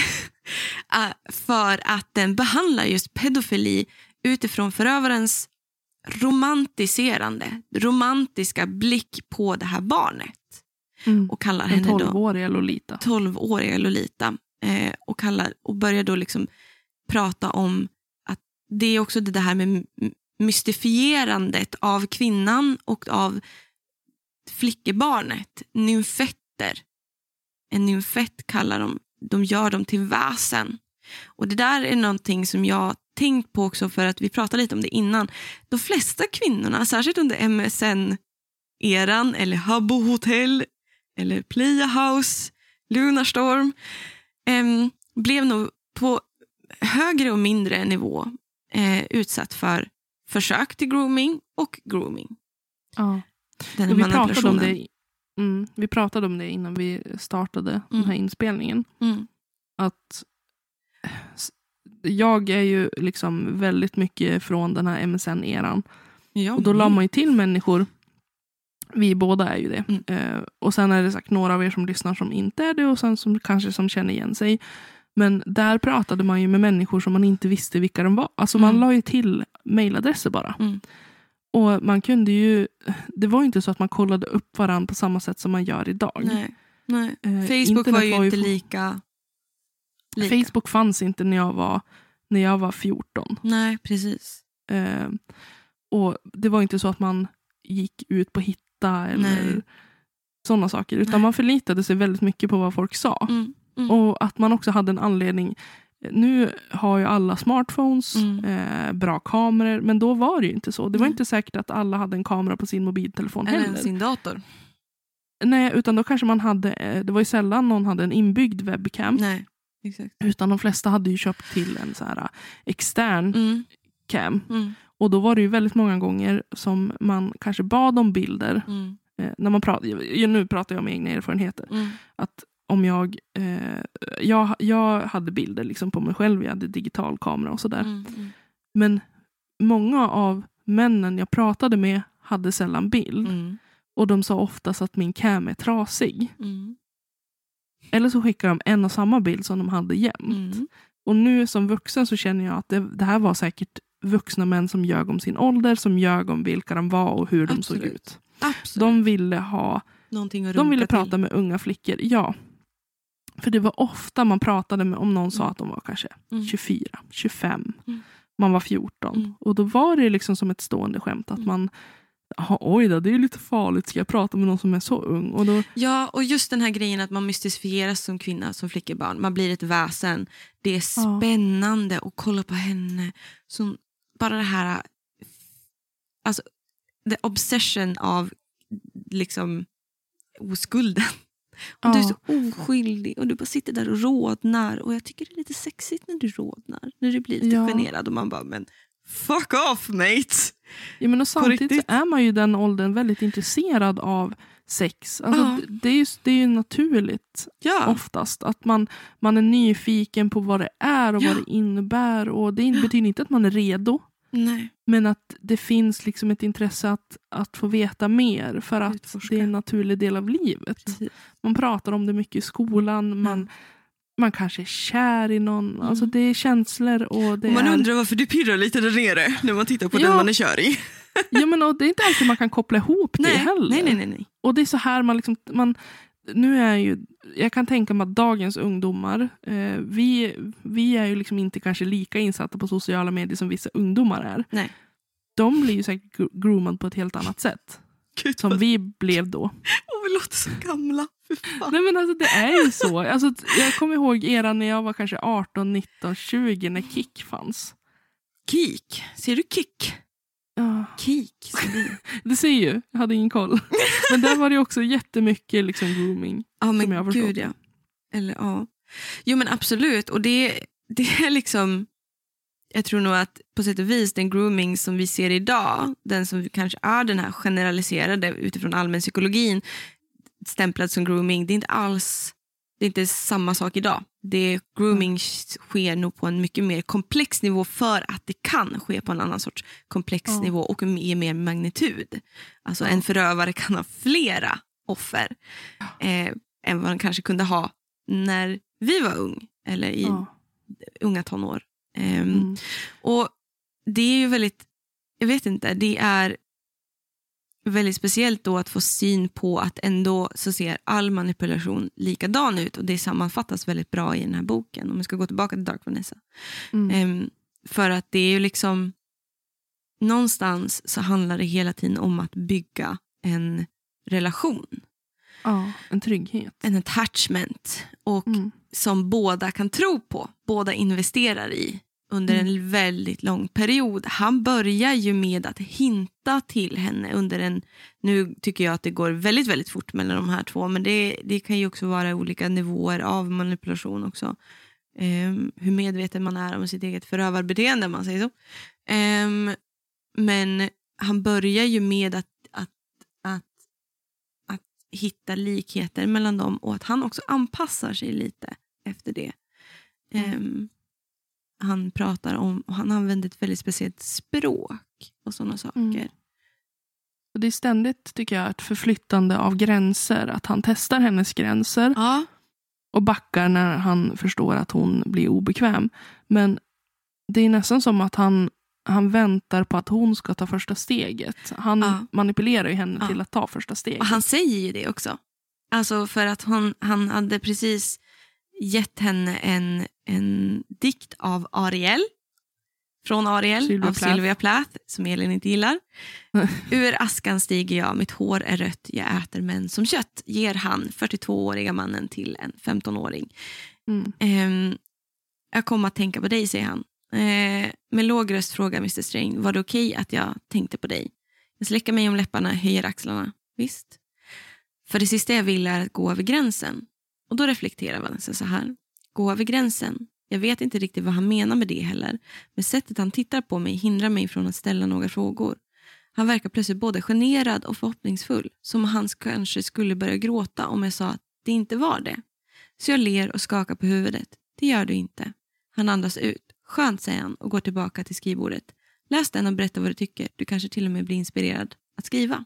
För att den behandlar just pedofili utifrån förövarens romantiserande, romantiska blick på det här barnet. Mm. Och kallar henne då tolvåriga Lolita. tolvåriga Lolita. Eh, och, kallar, och börjar då liksom prata om att det är också det här med mystifierandet av kvinnan och av flickebarnet. Nymfetter. En nymfett kallar de, de gör dem till väsen. Och det där är någonting som jag tänkt på också, för att vi pratade lite om det innan. De flesta kvinnorna, särskilt under M S N-eran eller Habbo Hotel eller Playa House, Lunarstorm, eh, blev nog på högre och mindre nivå eh, utsatt för försök till grooming och grooming. Ja. Den vi, pratade om det, mm, vi pratade om det innan vi startade mm. den här inspelningen. Mm. Att jag är ju liksom väldigt mycket från den här M S N-eran. Ja, och då la man ju till människor. Vi båda är ju det. Mm. Eh, och sen är det sagt några av er som lyssnar som inte är det. Och sen som kanske som känner igen sig. Men där pratade man ju med människor som man inte visste vilka de var. Alltså mm. man la ju till mejladresser bara. Mm. Och man kunde ju, det var ju inte så att man kollade upp varandra på samma sätt som man gör idag. Nej, nej. Eh, Facebook var ju var inte ju lika, lika. Facebook fanns inte när jag var, när jag var fjorton. Nej, precis. Eh, och det var inte så att man gick ut på Hitta eller sådana saker. Utan nej. Man förlitade sig väldigt mycket på vad folk sa. Mm. Mm. Och att man också hade en anledning. Nu har ju alla smartphones, mm. eh, bra kameror, men då var det ju inte så. Det var mm. inte säkert att alla hade en kamera på sin mobiltelefon eller heller. sin dator. Nej, utan då kanske man hade, det var ju sällan någon hade en inbyggd webcam. Nej, exakt. Utan de flesta hade ju köpt till en så här extern mm. cam. Mm. Och då var det ju väldigt många gånger som man kanske bad om bilder. Mm. Eh, när man pratar, nu pratar jag om egna erfarenheter. Mm. Att om jag, eh, jag jag hade bilder liksom på mig själv, jag hade digital kamera och sådär. Mm, mm. Men många av männen jag pratade med hade sällan bild. Mm. Och de sa oftast att min cam är trasig. Mm. Eller så skickade de en och samma bild som de hade jämt. Mm. Och nu som vuxen så känner jag att det, det här var säkert vuxna män som ljög om sin ålder, som ljög om vilka de var och hur Absolut. de såg ut. Absolut. De ville ha, de ville prata till. med unga flickor, ja. För det var ofta man pratade med, om någon sa mm. att de var kanske mm. tjugofyra, tjugofem. Mm. Man var fjorton. Mm. Och då var det liksom som ett stående skämt att mm. man, oj då, det är lite farligt, ska jag prata med någon som är så ung? Och då... Ja, och just den här grejen att man mystifieras som kvinna, som flickebarn. Man blir ett väsen. Det är spännande ja. att kolla på henne som bara det här, alltså the obsession av liksom oskulden. Och ja. Du är så oskyldig och du bara sitter där och rodnar, och jag tycker det är lite sexigt när du rodnar, när du blir lite ja. generad och man bara, men fuck off mate. Ja, men och samtidigt så är man ju den åldern väldigt intresserad av sex. Alltså, ja. det, är ju, det är ju naturligt ja. oftast att man, man är nyfiken på vad det är och ja. vad det innebär, och det ja. betyder inte att man är redo. Nej. Men att det finns liksom ett intresse att, att få veta mer, för att Utforska. det är en naturlig del av livet. Precis. Man pratar om det mycket i skolan, mm. man, man kanske är kär i någon, mm. alltså det är känslor och det och man är... undrar varför du pirrar lite där nere när man tittar på ja. den man är kär i. Ja, men och det är inte alltid man kan koppla ihop nej. det heller. Nej, nej, nej, nej. Och det är så här man liksom, man, nu är ju, jag kan tänka mig att dagens ungdomar, eh, vi, vi är ju liksom inte kanske lika insatta på sociala medier som vissa ungdomar är. Nej. De blir ju säkert gr- groomad på ett helt annat sätt. Gud, som vad... vi blev då. Och vi låter så gamla. Nej, men alltså det är ju så. Alltså, jag kommer ihåg era när jag var kanske arton, nitton, tjugo när Kik fanns. Kik? Ser du Kik? Ja. Kik. Det ser ju, jag hade ingen koll. Men där var det också jättemycket liksom grooming. Ja, men som jag gud ja. Eller ja. Jo, men absolut. Och det, det är liksom, jag tror nog att på sätt och vis den grooming som vi ser idag, den som kanske är den här generaliserade utifrån allmän psykologin, stämplad som grooming, det är inte alls, det är inte samma sak idag. Det grooming sker nog på en mycket mer komplex nivå, för att det kan ske på en annan sorts komplex ja. nivå och med mer magnitud. Alltså ja. en förövare kan ha flera offer eh, än vad han kanske kunde ha när vi var ung eller i ja. unga tonår. Eh, mm. Och det är ju väldigt, jag vet inte, det är väldigt speciellt då att få syn på att ändå så ser all manipulation likadan ut, och det sammanfattas väldigt bra i den här boken, om vi ska gå tillbaka till Dark Vanessa. Mm. Um, för att det är ju liksom någonstans så handlar det hela tiden om att bygga en relation. Ja, en trygghet. En attachment, och mm. som båda kan tro på, båda investerar i under mm. en väldigt lång period. Han börjar ju med att hinta till henne under en, nu tycker jag att det går väldigt väldigt fort mellan de här två, men det, det kan ju också vara olika nivåer av manipulation också. Um, hur medveten man är om sitt eget förövarbeteende, om man säger så. Um, men han börjar ju med att, att, att, att hitta likheter mellan dem, och att han också anpassar sig lite efter det. Um, Han pratar om, och han använder ett väldigt speciellt språk och sådana saker. Mm. Och det är ständigt, tycker jag, ett förflyttande av gränser. Att han testar hennes gränser. Ja. Och backar när han förstår att hon blir obekväm. Men det är nästan som att han, han väntar på att hon ska ta första steget. Han ja. manipulerar ju henne ja. till att ta första steget. Och han säger ju det också. Alltså för att hon, han hade precis gett henne en, en dikt av Ariel. Från Ariel, Sylvia av Plath. Sylvia Plath, som Elin inte gillar. Ur askan stiger jag, mitt hår är rött, jag äter män som kött. Ger han fyrtiotvååriga mannen till en femtonåring. Mm. Um, jag kommer att tänka på dig, säger han. Uh, med låg röst frågar mister Strange, var det okej okay att jag tänkte på dig? Jag släcker mig om läpparna, höjer axlarna. Visst. För det sista jag vill är att gå över gränsen. Och då reflekterar Vanessa så här. Gå över gränsen. Jag vet inte riktigt vad han menar med det heller. Men sättet han tittar på mig hindrar mig från att ställa några frågor. Han verkar plötsligt både generad och förhoppningsfull. Som han kanske skulle börja gråta om jag sa att det inte var det. Så jag ler och skakar på huvudet. Det gör du inte. Han andas ut. Skönt, säger han och går tillbaka till skrivbordet. Läs den och berätta vad du tycker. Du kanske till och med blir inspirerad att skriva.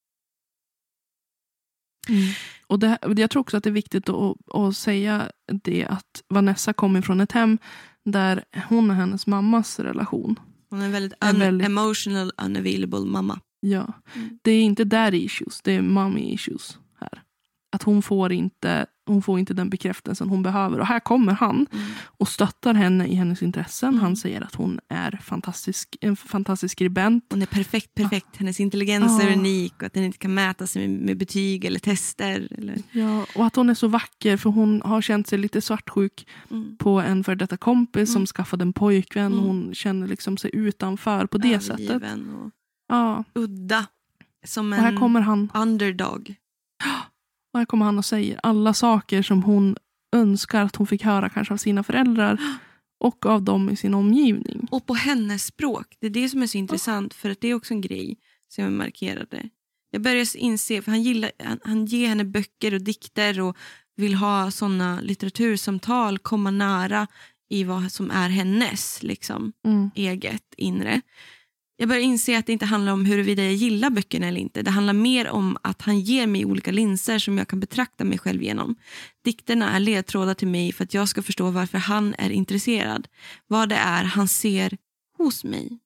Mm. Och det, jag tror också att det är viktigt att, att säga det, att Vanessa kommer från ett hem där hon och hennes mammas relation. Hon är en väldigt, un- väldigt emotional, unavailable mamma. Ja, mm. Det är inte daddy issues, det är mommy issues här. att hon får inte hon får inte den bekräftelsen hon behöver. Och här kommer han mm. och stöttar henne i hennes intressen. Mm. Han säger att hon är fantastisk, en fantastisk skribent. Hon är perfekt, perfekt. Ja. Hennes intelligens är ja. unik och att den inte kan mäta sig med, med betyg eller tester. Eller... Ja, och att hon är så vacker för hon har känt sig lite svartsjuk mm. på en för detta kompis mm. som skaffade en pojkvän. Mm. Hon känner liksom sig utanför på det Övergiven sättet. Och ja. udda. Som en och här kommer han. underdog. Och här kommer han och säger alla saker som hon önskar att hon fick höra kanske av sina föräldrar och av dem i sin omgivning. Och på hennes språk. Det är det som är så intressant för att det är också en grej som jag markerade. Jag börjar inse, för han, gillar, han, han ger henne böcker och dikter och vill ha sådana litteratursamtal komma nära i vad som är hennes liksom, mm. eget inre. Jag börjar inse att det inte handlar om huruvida jag gillar böckerna eller inte. Det handlar mer om att han ger mig olika linser som jag kan betrakta mig själv genom. Dikterna är ledtrådar till mig för att jag ska förstå varför han är intresserad. Vad det är han ser hos mig.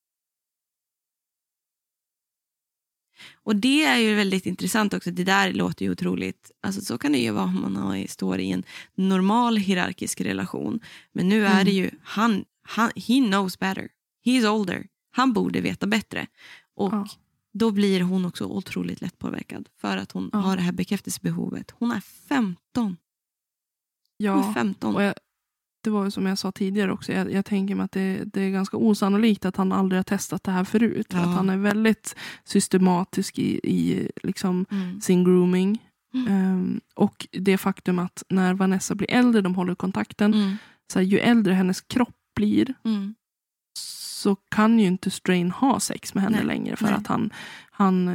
Och det är ju väldigt intressant också. Det där låter ju otroligt. Alltså så kan det ju vara om man har, står i en normal hierarkisk relation. Men nu är mm. det ju han, han, he knows better. He's older. Han borde veta bättre. Och ja. då blir hon också otroligt lätt påverkad. För att hon ja. har det här bekräftelsebehovet. Hon är femton. Ja, hon är femton. Och jag, det var ju som jag sa tidigare också. Jag, jag tänker mig att det, det är ganska osannolikt att han aldrig har testat det här förut. Ja. Att han är väldigt systematisk i, i liksom mm. sin grooming. Mm. Um, och det faktum att när Vanessa blir äldre, de håller kontakten. Mm. Så här, ju äldre hennes kropp blir... Mm. så kan ju inte Strain ha sex med henne nej, längre för nej. att han, han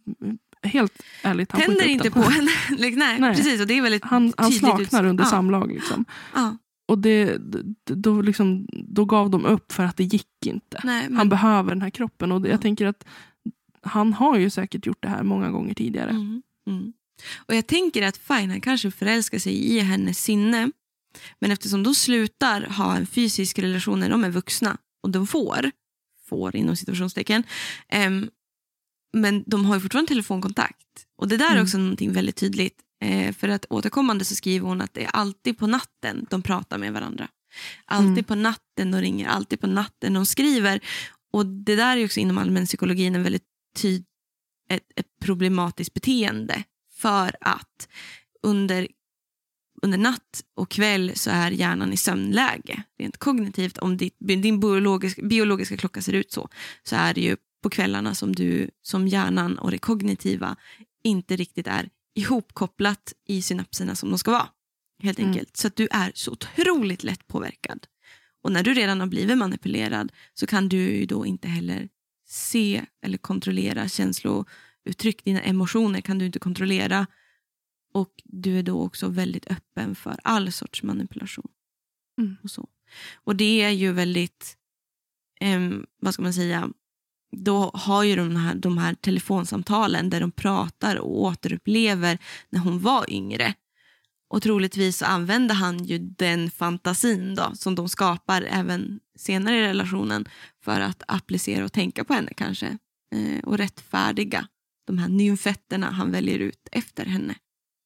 helt ärligt han tänder inte på henne. nej, nej, precis. Och det är väldigt han, han slaknar under ja. samlag. Liksom. Ja. Och det, då, liksom, då gav de upp för att det gick inte. Nej, men... Han behöver den här kroppen. Och jag ja. tänker att han har ju säkert gjort det här många gånger tidigare. Mm, mm. Och jag tänker att fine, han kanske förälskar sig i hennes sinne. Men eftersom de slutar ha en fysisk relation när de är vuxna och de får, får inom situationstecken, um, men de har ju fortfarande telefonkontakt. Och det där mm. är också någonting väldigt tydligt. Eh, för att återkommande så skriver hon att det är alltid på natten de pratar med varandra. Alltid mm. på natten de ringer, alltid på natten de skriver. Och det där är också inom allmän psykologin en väldigt tyd, ett, ett problematiskt beteende. För att under Under natt och kväll så är hjärnan i sömnläge. Rent kognitivt, om ditt, din biologiska, biologiska klocka ser ut så, så är det ju på kvällarna som du som hjärnan och det kognitiva inte riktigt är ihopkopplat i synapserna som de ska vara. Helt enkelt. Mm. Så att du är så otroligt lätt påverkad. Och när du redan har blivit manipulerad så kan du ju då inte heller se eller kontrollera känslouttryck. Dina emotioner kan du inte kontrollera. Och du är då också väldigt öppen för all sorts manipulation. Mm. Och så. Och det är ju väldigt, eh, vad ska man säga, då har ju de här, de här telefonsamtalen där de pratar och återupplever när hon var yngre. Och troligtvis så använder han ju den fantasin då, som de skapar även senare i relationen för att applicera och tänka på henne kanske. Eh, och rättfärdiga de här nymfetterna han väljer ut efter henne.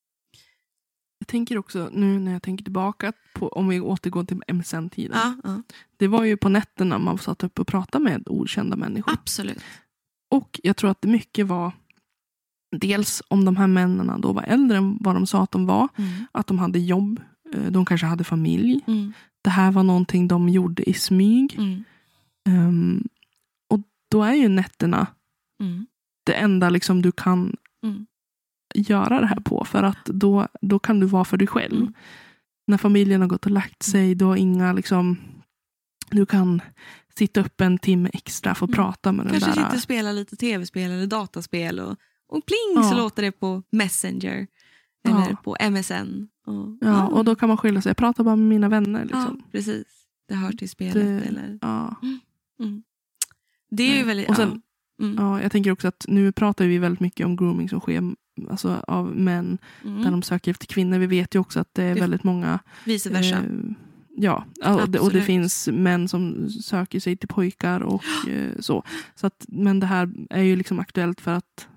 Jag tänker också, nu när jag tänker tillbaka på, om vi återgår till M S N-tiden. Ja, ja. Det var ju på nätterna man satt upp och pratade med okända människor. Absolut. Och jag tror att det mycket var, dels om de här männen då var äldre än vad de sa att de var. Mm. Att de hade jobb, de kanske hade familj. Mm. Det här var någonting de gjorde i smyg. Mm. Um, och då är ju nätterna mm. det enda liksom du kan... Mm. göra det här på, för att då, då kan du vara för dig själv. Mm. När familjen har gått och lagt sig, då inga liksom, du kan sitta upp en timme extra för att mm. prata med kanske den där. Kanske sitta och spela lite tv-spel eller dataspel och, och pling ja. så låter det på Messenger eller ja. på M S N. Och, ja, ja, och då kan man skylla sig, jag pratar bara med mina vänner. Liksom. Ja, precis. Det hör till spelet. Det, eller? Ja. Mm. Mm. Det är ju väldigt... Och sen, ja. Mm. ja, jag tänker också att nu pratar vi väldigt mycket om grooming som sker alltså av män mm. där de söker efter kvinnor. Vi vet ju också att det är väldigt många vice versa. Eh, ja, och det, och det finns män som söker sig till pojkar och eh, så. Så att, men det här är ju liksom aktuellt för att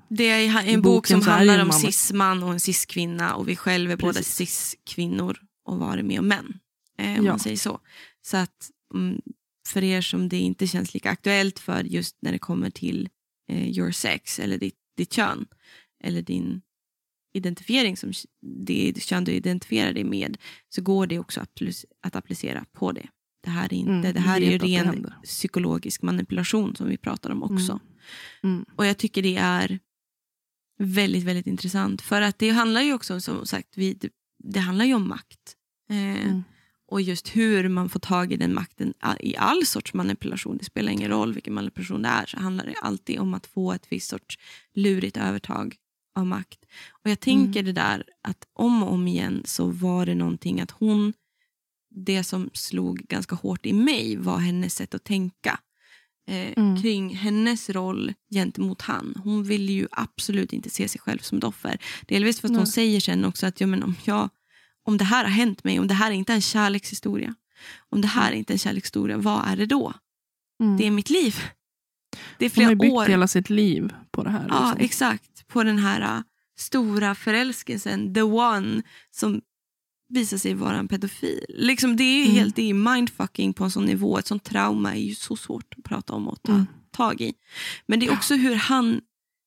Det är en bok som handlar om cis-man och en cis-kvinna och vi själva är Precis. båda cis-kvinnor och varit med om män. Eh, om ja. man säger så. Så att mm, för er som det inte känns lika aktuellt för just när det kommer till eh, your sex eller ditt, ditt kön eller din identifiering som det kön du identifierar dig med, så går det också att applicera på det. Det här är inte, mm, det här är ju ren psykologisk manipulation som vi pratar om också. Mm. Mm. Och jag tycker det är väldigt, väldigt intressant. För att det handlar ju också, som sagt, vi, det, det handlar ju om makt. Eh, mm. Och just hur man får tag i den makten i all sorts manipulation. Det spelar ingen roll vilken manipulation det är, så handlar det alltid om att få ett visst sorts lurigt övertag av makt. Och jag tänker mm. det där att om och om igen så var det någonting att hon, det som slog ganska hårt i mig var hennes sätt att tänka eh, mm. kring hennes roll gentemot han. Hon vill ju absolut inte se sig själv som ett offer. Delvis för att Nej. hon säger sen också att ja, men om, jag, om det här har hänt mig, om det här är inte en kärlekshistoria, om det här är inte en kärlekshistoria, vad är det då? Mm. Det är mitt liv. Det är flera hon har byggt år. hela sitt liv på det här. Ja, liksom. exakt. På den här uh, stora förälskelsen, the one, som visar sig vara en pedofil. Liksom, det är mm. helt det är mindfucking på en sån nivå. Ett sånt trauma är ju så svårt att prata om och ta mm. tag i. Men det är också hur han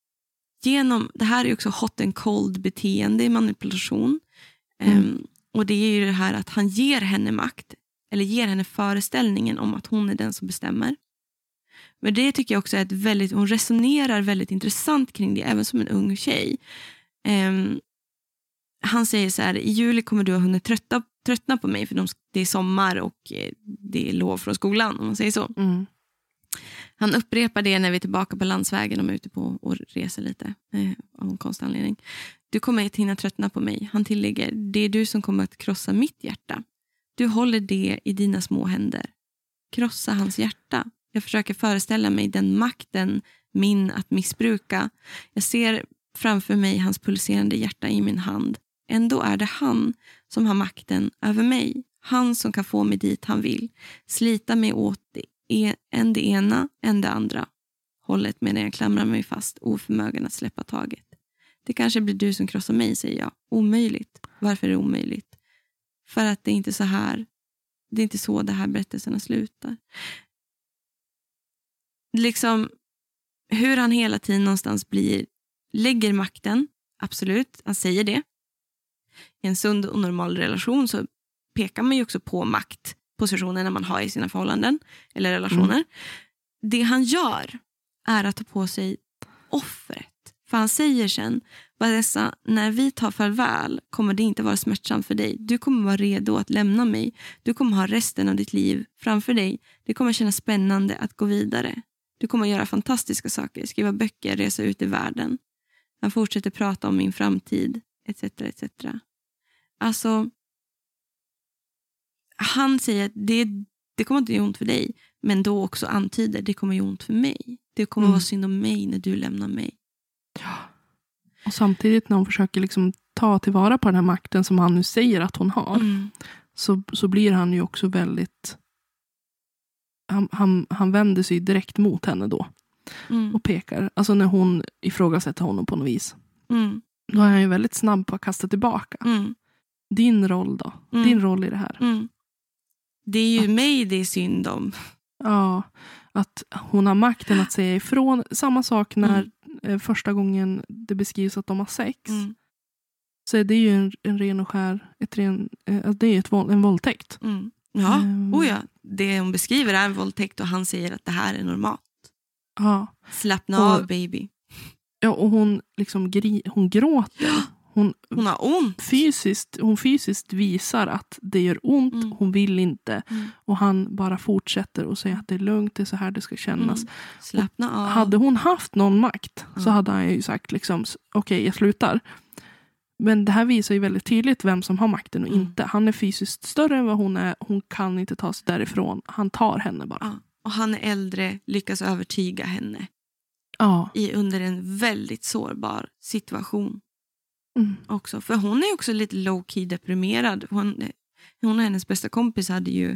genom, det här är också hot and cold beteende i manipulation. Mm. Um, och det är ju det här att han ger henne makt, eller ger henne föreställningen om att hon är den som bestämmer. Men det tycker jag också är ett väldigt, hon resonerar väldigt intressant kring det, även som en ung tjej. Um, han säger så här: i juli kommer du ha hunnit trötta, tröttna på mig, för de, det är sommar och det är lov från skolan, om man säger så. Mm. Han upprepar det när vi är tillbaka på landsvägen och är ute på och reser lite eh, av en konstig anledning. Du kommer att hinna tröttna på mig. Han tillägger: det är du som kommer att krossa mitt hjärta. Du håller det i dina små händer. Krossa hans hjärta. Jag försöker föreställa mig den makten min att missbruka. Jag ser framför mig hans pulserande hjärta i min hand. Ändå är det han som har makten över mig. Han som kan få mig dit han vill. Slita mig åt det, en det ena, en det andra. Hållet medan jag klamrar mig fast, oförmögen att släppa taget. Det kanske blir du som krossar mig, säger jag. Omöjligt. Varför är det omöjligt? För att det är inte så här. Det är inte så det här berättelserna slutar. Liksom hur han hela tiden någonstans blir, lägger makten, absolut, han säger det. I en sund och normal relation så pekar man ju också på maktpositionerna man har i sina förhållanden eller relationer. Mm. Det han gör är att ta på sig offret. För han säger sen: Vanessa, när vi tar farväl kommer det inte vara smärtsamt för dig. Du kommer vara redo att lämna mig. Du kommer ha resten av ditt liv framför dig. Det kommer kännas spännande att gå vidare. Du kommer göra fantastiska saker, skriva böcker, resa ut i världen. Han fortsätter prata om min framtid, et cetera et cetera. Alltså, han säger att det, det kommer inte göra ont för dig, men då också antyder det kommer göra ont för mig. Det kommer mm. vara synd om mig när du lämnar mig. Ja. Och samtidigt när hon försöker liksom ta tillvara på den här makten som han nu säger att hon har, mm. så, så blir han ju också väldigt... Han, han, han vänder sig direkt mot henne då. Mm. Och pekar. Alltså när hon ifrågasätter honom på något vis. Mm. Då är han ju väldigt snabb på att kasta tillbaka. Mm. Din roll då? Mm. Din roll i det här. Mm. Det är ju att, mig det är synd om. Ja, att hon har makten att säga ifrån. Samma sak när mm. eh, första gången det beskrivs att de har sex. Mm. Så är det ju en, en ren och skär, ett ren, eh, det är ett, en våldtäkt. Mm. Ja, um, oh ja, det hon beskriver är en våldtäkt och han säger att det här är normalt. Ja. Slappna och, av, baby. Ja, och hon liksom gri, hon gråter. Hon, hon har ont. Fysiskt, hon fysiskt visar att det gör ont. Mm. Hon vill inte. Mm. Och han bara fortsätter och säger att det är lugnt. Det är så här det ska kännas. Mm. Slappna av. Hade hon haft någon makt mm. så hade han ju sagt liksom, okej, okay, jag slutar. Men det här visar ju väldigt tydligt vem som har makten och mm. inte. Han är fysiskt större än vad hon är. Hon kan inte ta sig därifrån. Han tar henne bara. Ja. Och han är äldre, lyckas övertyga henne. Ja. I under en väldigt sårbar situation. Mm. Också. För hon är också lite low-key deprimerad. Hon, hon och hennes bästa kompis hade ju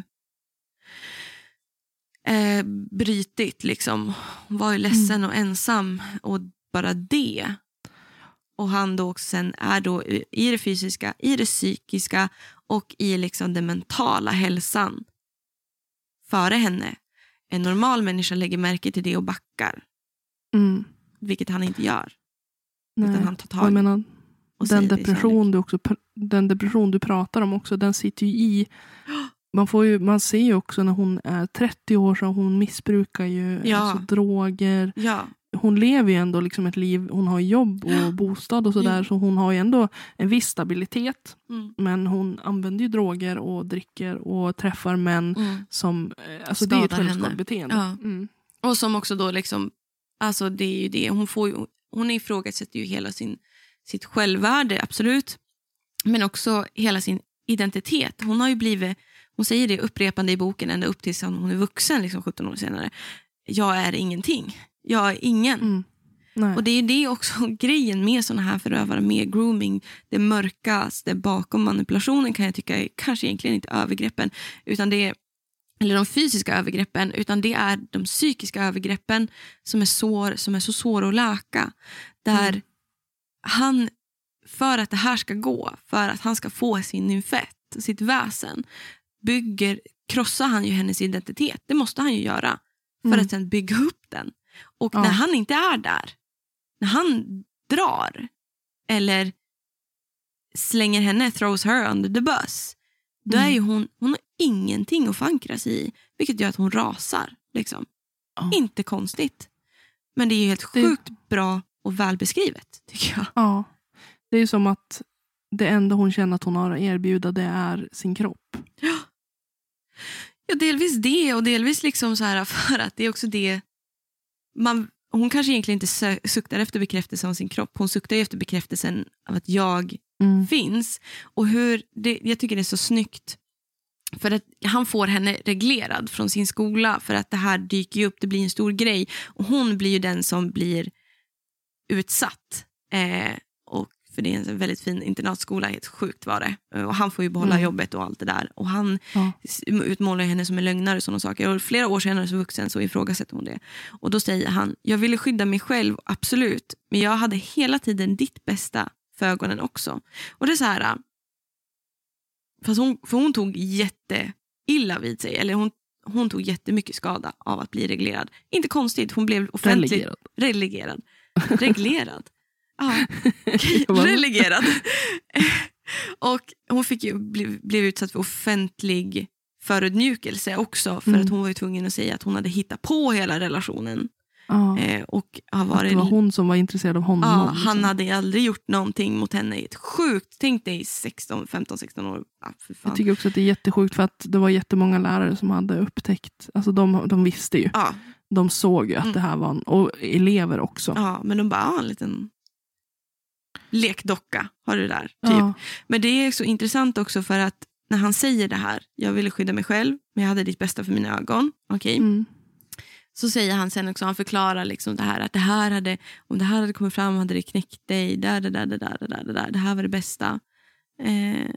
eh, brytit liksom. Hon var ju ledsen mm. och ensam. Och bara det. Och han då sen är då i det fysiska, i det psykiska och i liksom den mentala hälsan före henne. En normal människa lägger märke till det och backar. Mm. Vilket han inte gör. Nej. Utan han tar tag. Jag menar, och den depression du också den depression du pratar om också, den sitter ju i. Man får ju, man ser ju också när hon är trettio år så hon missbrukar ju ja. alltså, droger. Ja. Hon lever ju ändå liksom ett liv, hon har jobb och bostad och sådär, ja. Så hon har ju ändå en viss stabilitet. Mm. Men hon använder ju droger och dricker och träffar män mm. som, alltså skadar det är ett självskadebeteende. Ja. Mm. Och som också då liksom, alltså det är ju det, hon får ju, hon ifrågasätter ju hela sin, sitt självvärde, absolut. Men också hela sin identitet. Hon har ju blivit, hon säger det upprepande i boken ända upp tills hon är vuxen, liksom sjutton år senare. Jag är ingenting. Jag är ingen. Mm. Och det är ju det också grejen med såna här förövare, med grooming. Det mörkaste bakom manipulationen kan jag tycka är kanske egentligen inte övergreppen, utan det är, eller de fysiska övergreppen, utan det är de psykiska övergreppen som är, svår, som är så svåra att läka. Där mm. han, för att det här ska gå, för att han ska få sin nymfett, sitt väsen, bygger, krossar han ju hennes identitet. Det måste han ju göra för mm. att sen bygga upp den. Och ja. när han inte är där, när han drar eller slänger henne, throws her under the bus, då mm. är ju hon, hon har ingenting att förankras i, vilket gör att hon rasar. Liksom. Ja. Inte konstigt. Men det är ju helt sjukt det... bra och välbeskrivet, tycker jag. Ja, det är ju som att det enda hon känner att hon har att erbjuda, det är sin kropp. Ja, ja delvis det, och delvis liksom så här för att det är också det man, hon kanske egentligen inte sö- suktar efter bekräftelsen av sin kropp. Hon suktar efter bekräftelsen av att jag mm. finns. Och hur det, jag tycker det är så snyggt. För att han får henne reglerad från sin skola. För att det här dyker ju upp, det blir en stor grej. Och hon blir ju den som blir utsatt. Eh, och för det är en väldigt fin internatskola, helt sjukt var det. Och han får ju behålla mm. jobbet och allt det där. Och han ja. utmålar henne som en lögnare och sådana saker. Och flera år senare som vuxen så ifrågasätter hon det. Och då säger han, jag ville skydda mig själv, absolut. Men jag hade hela tiden ditt bästa för ögonen också. Och det är så här, fast hon, för hon tog jätteilla vid sig. Eller hon, hon tog jättemycket skada av att bli reglerad. Inte konstigt, hon blev offentligt relegerad. Relegerad. Reglerad. Ja, relegerad. Och hon fick ju bli, blev utsatt för offentlig förödmjukelse också. För mm. att hon var ju tvungen att säga att hon hade hittat på hela relationen. Ja. Eh, och har varit, att det var hon som var intresserad av honom. Ja, liksom. Han hade aldrig gjort någonting mot henne. Ett sjukt, tänk dig sexton, femton, sexton år. Ja, för fan. Jag tycker också att det är jättesjukt för att det var jättemånga lärare som hade upptäckt. Alltså de, de visste ju. Ja. De såg ju att mm. det här var en, och elever också. Ja, men de bara, ah, en liten lekdocka har du där. Typ. Ja. Men det är så intressant också för att när han säger det här, jag ville skydda mig själv, men jag hade ditt bästa för mina ögon. Okej. Okay. Mm. Så säger han sen också, han förklarar liksom det här, att det här hade, om det här hade kommit fram hade det knäckt dig, där, där, där, där, där, där, där. Det här var det bästa. Eh,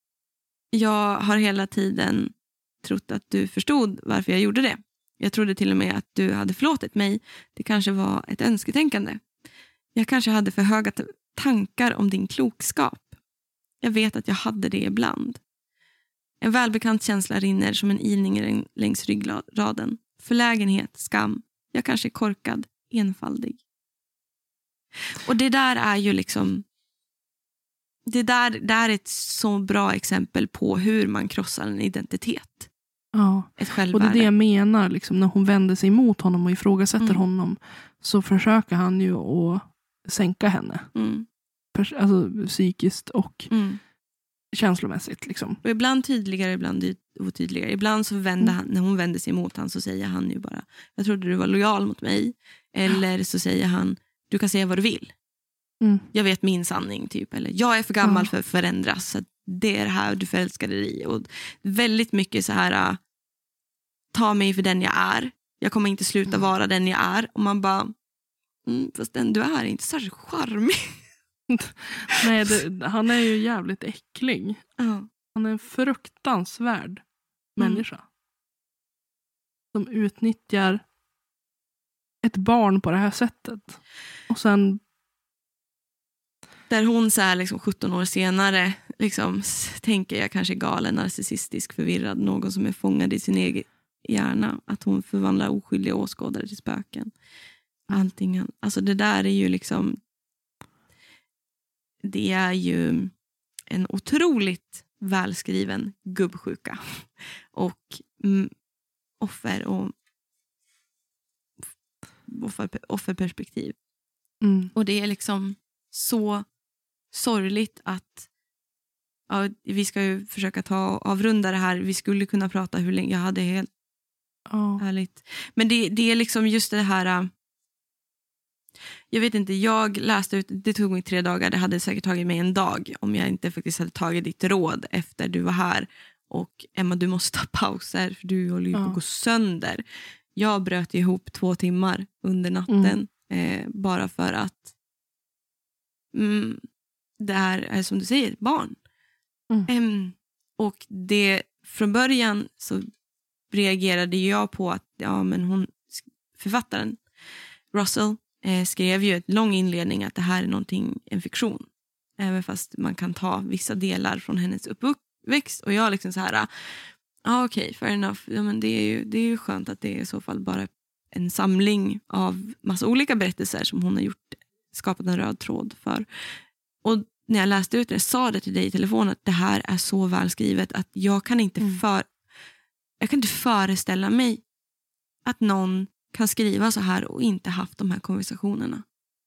jag har hela tiden trott att du förstod varför jag gjorde det. Jag trodde till och med att du hade förlåtit mig. Det kanske var ett önsketänkande. Jag kanske hade för höga t- tankar om din klokskap. Jag vet att jag hade det ibland. En välbekant känsla rinner som en ilning längs ryggraden. Förlägenhet, skam. Jag kanske är korkad, enfaldig. Och det där är ju liksom... Det där, där är ett så bra exempel på hur man krossar en identitet. Ja, ett självvärde. Och det är det jag menar. Liksom, när hon vänder sig emot honom och ifrågasätter mm. honom, så försöker han ju att sänka henne. Mm. Pers- alltså psykiskt och mm. känslomässigt. Liksom. Och ibland tydligare, ibland otydligare. Ibland så vänder han, när hon vänder sig emot han, så säger han ju bara, jag trodde du var lojal mot mig. Eller ja. så säger han, du kan säga vad du vill. Mm. Jag vet min sanning typ. Eller jag är för gammal ja. för att förändras. Så det är det här du förälskade dig i. Och väldigt mycket så här, ta mig för den jag är. Jag kommer inte sluta mm. vara den jag är. Och man bara, mm, fast den du är är inte särskilt charmig. Nej, det, han är ju jävligt äcklig. Uh. Han är en fruktansvärd människa. Mm. Som utnyttjar ett barn på det här sättet. Och sen... Där hon så här liksom sjutton år senare liksom, tänker jag kanske galen, narcissistisk, förvirrad. Någon som är fångad i sin egen hjärna. Att hon förvandlar oskyldiga åskådare till spöken. Allting. Alltså det där är ju liksom... Det är ju en otroligt välskriven gubbsjuka. Och mm, offer och offer, offerperspektiv. Mm. Och det är liksom så sorgligt att ja, vi ska ju försöka ta avrunda det här. Vi skulle kunna prata hur länge jag hade helt oh. härligt. Men det, det är liksom just det här. Jag vet inte, jag läste ut, det tog mig tre dagar. Det hade säkert tagit mig en dag om jag inte faktiskt hade tagit ditt råd efter du var här. Och Emma, du måste ta pauser för du håller ju på att gå sönder. Jag bröt ihop två timmar under natten. Mm. Eh, bara för att mm, det här är som du säger, ett barn. Mm. Eh, och det från början så reagerade jag på att ja, men hon, författaren Russell eh, skrev ju ett lång inledning att det här är någonting, en fiktion. Även fast man kan ta vissa delar från hennes uppväxt. Och jag liksom så här, ja ah, okej, okay, fair enough. Ja, men det är ju det är ju skönt att det är i så fall bara en samling av massa olika berättelser som hon har gjort, skapat en röd tråd för. Och när jag läste ut det, sa det till dig i telefon att det här är så välskrivet att jag kan inte mm. för jag kan inte föreställa mig att någon kan skriva så här och inte haft de här konversationerna.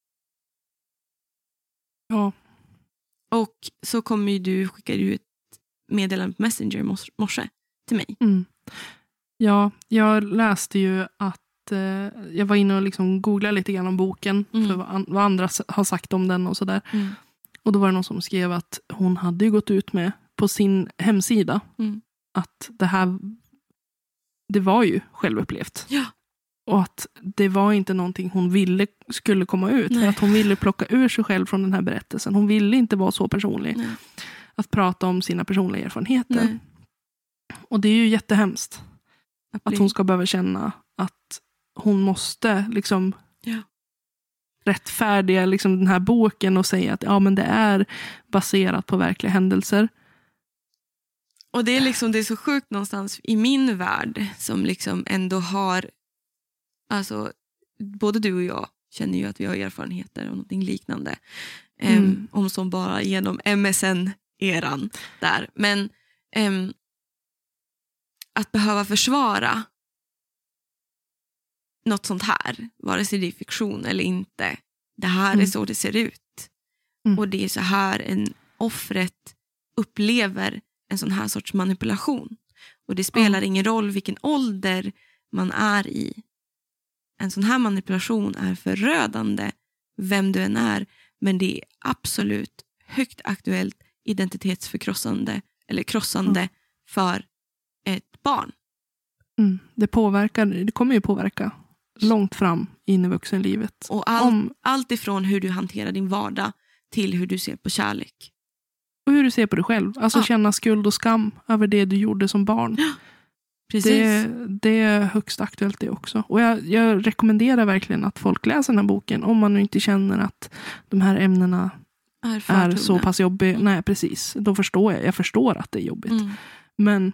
Ja. Och så kommer ju du skicka ut meddelande på Messenger i morse till mig. Mm. Ja, jag läste ju att eh, jag var inne och liksom googlade lite grann om boken mm. för vad, an- vad andra har sagt om den och sådär. Mm. Och då var det någon som skrev att hon hade ju gått ut med på sin hemsida mm. att det här det var ju självupplevt. Ja. Och att det var inte någonting hon ville skulle komma ut. Nej. För att hon ville plocka ur sig själv från den här berättelsen. Hon ville inte vara så personlig. Nej. Att prata om sina personliga erfarenheter. Nej. Och det är ju jättehemskt. Att, att hon ska behöva känna att hon måste liksom ja. rättfärdiga liksom den här boken och säga att ja, men det är baserat på verkliga händelser. Och det är liksom det är så sjukt någonstans i min värld som liksom ändå har, alltså både du och jag känner ju att vi har erfarenheter av någonting liknande. Mm. Um, om som bara genom M S N-eran där. Men um, att behöva försvara något sånt här, vare sig det är fiktion eller inte. Det här mm. är så det ser ut. Mm. Och det är så här en offret upplever en sån här sorts manipulation. Och det spelar mm. ingen roll vilken ålder man är i. En sån här manipulation är förödande vem du än är. Men det är absolut högt aktuellt identitetsförkrossande eller krossande mm. för ett barn. Mm. Det påverkar, det kommer ju påverka långt fram in i vuxenlivet. Och all, Om, allt ifrån hur du hanterar din vardag till hur du ser på kärlek. Och hur du ser på dig själv. Alltså ja. känna skuld och skam över det du gjorde som barn. Ja, precis. Det, det är högst aktuellt det också. Och jag, jag rekommenderar verkligen att folk läser den här boken. Om man nu inte känner att de här ämnena är, är så pass jobbiga. Mm. Nej, precis. Då förstår jag. Jag förstår att det är jobbigt. Mm. Men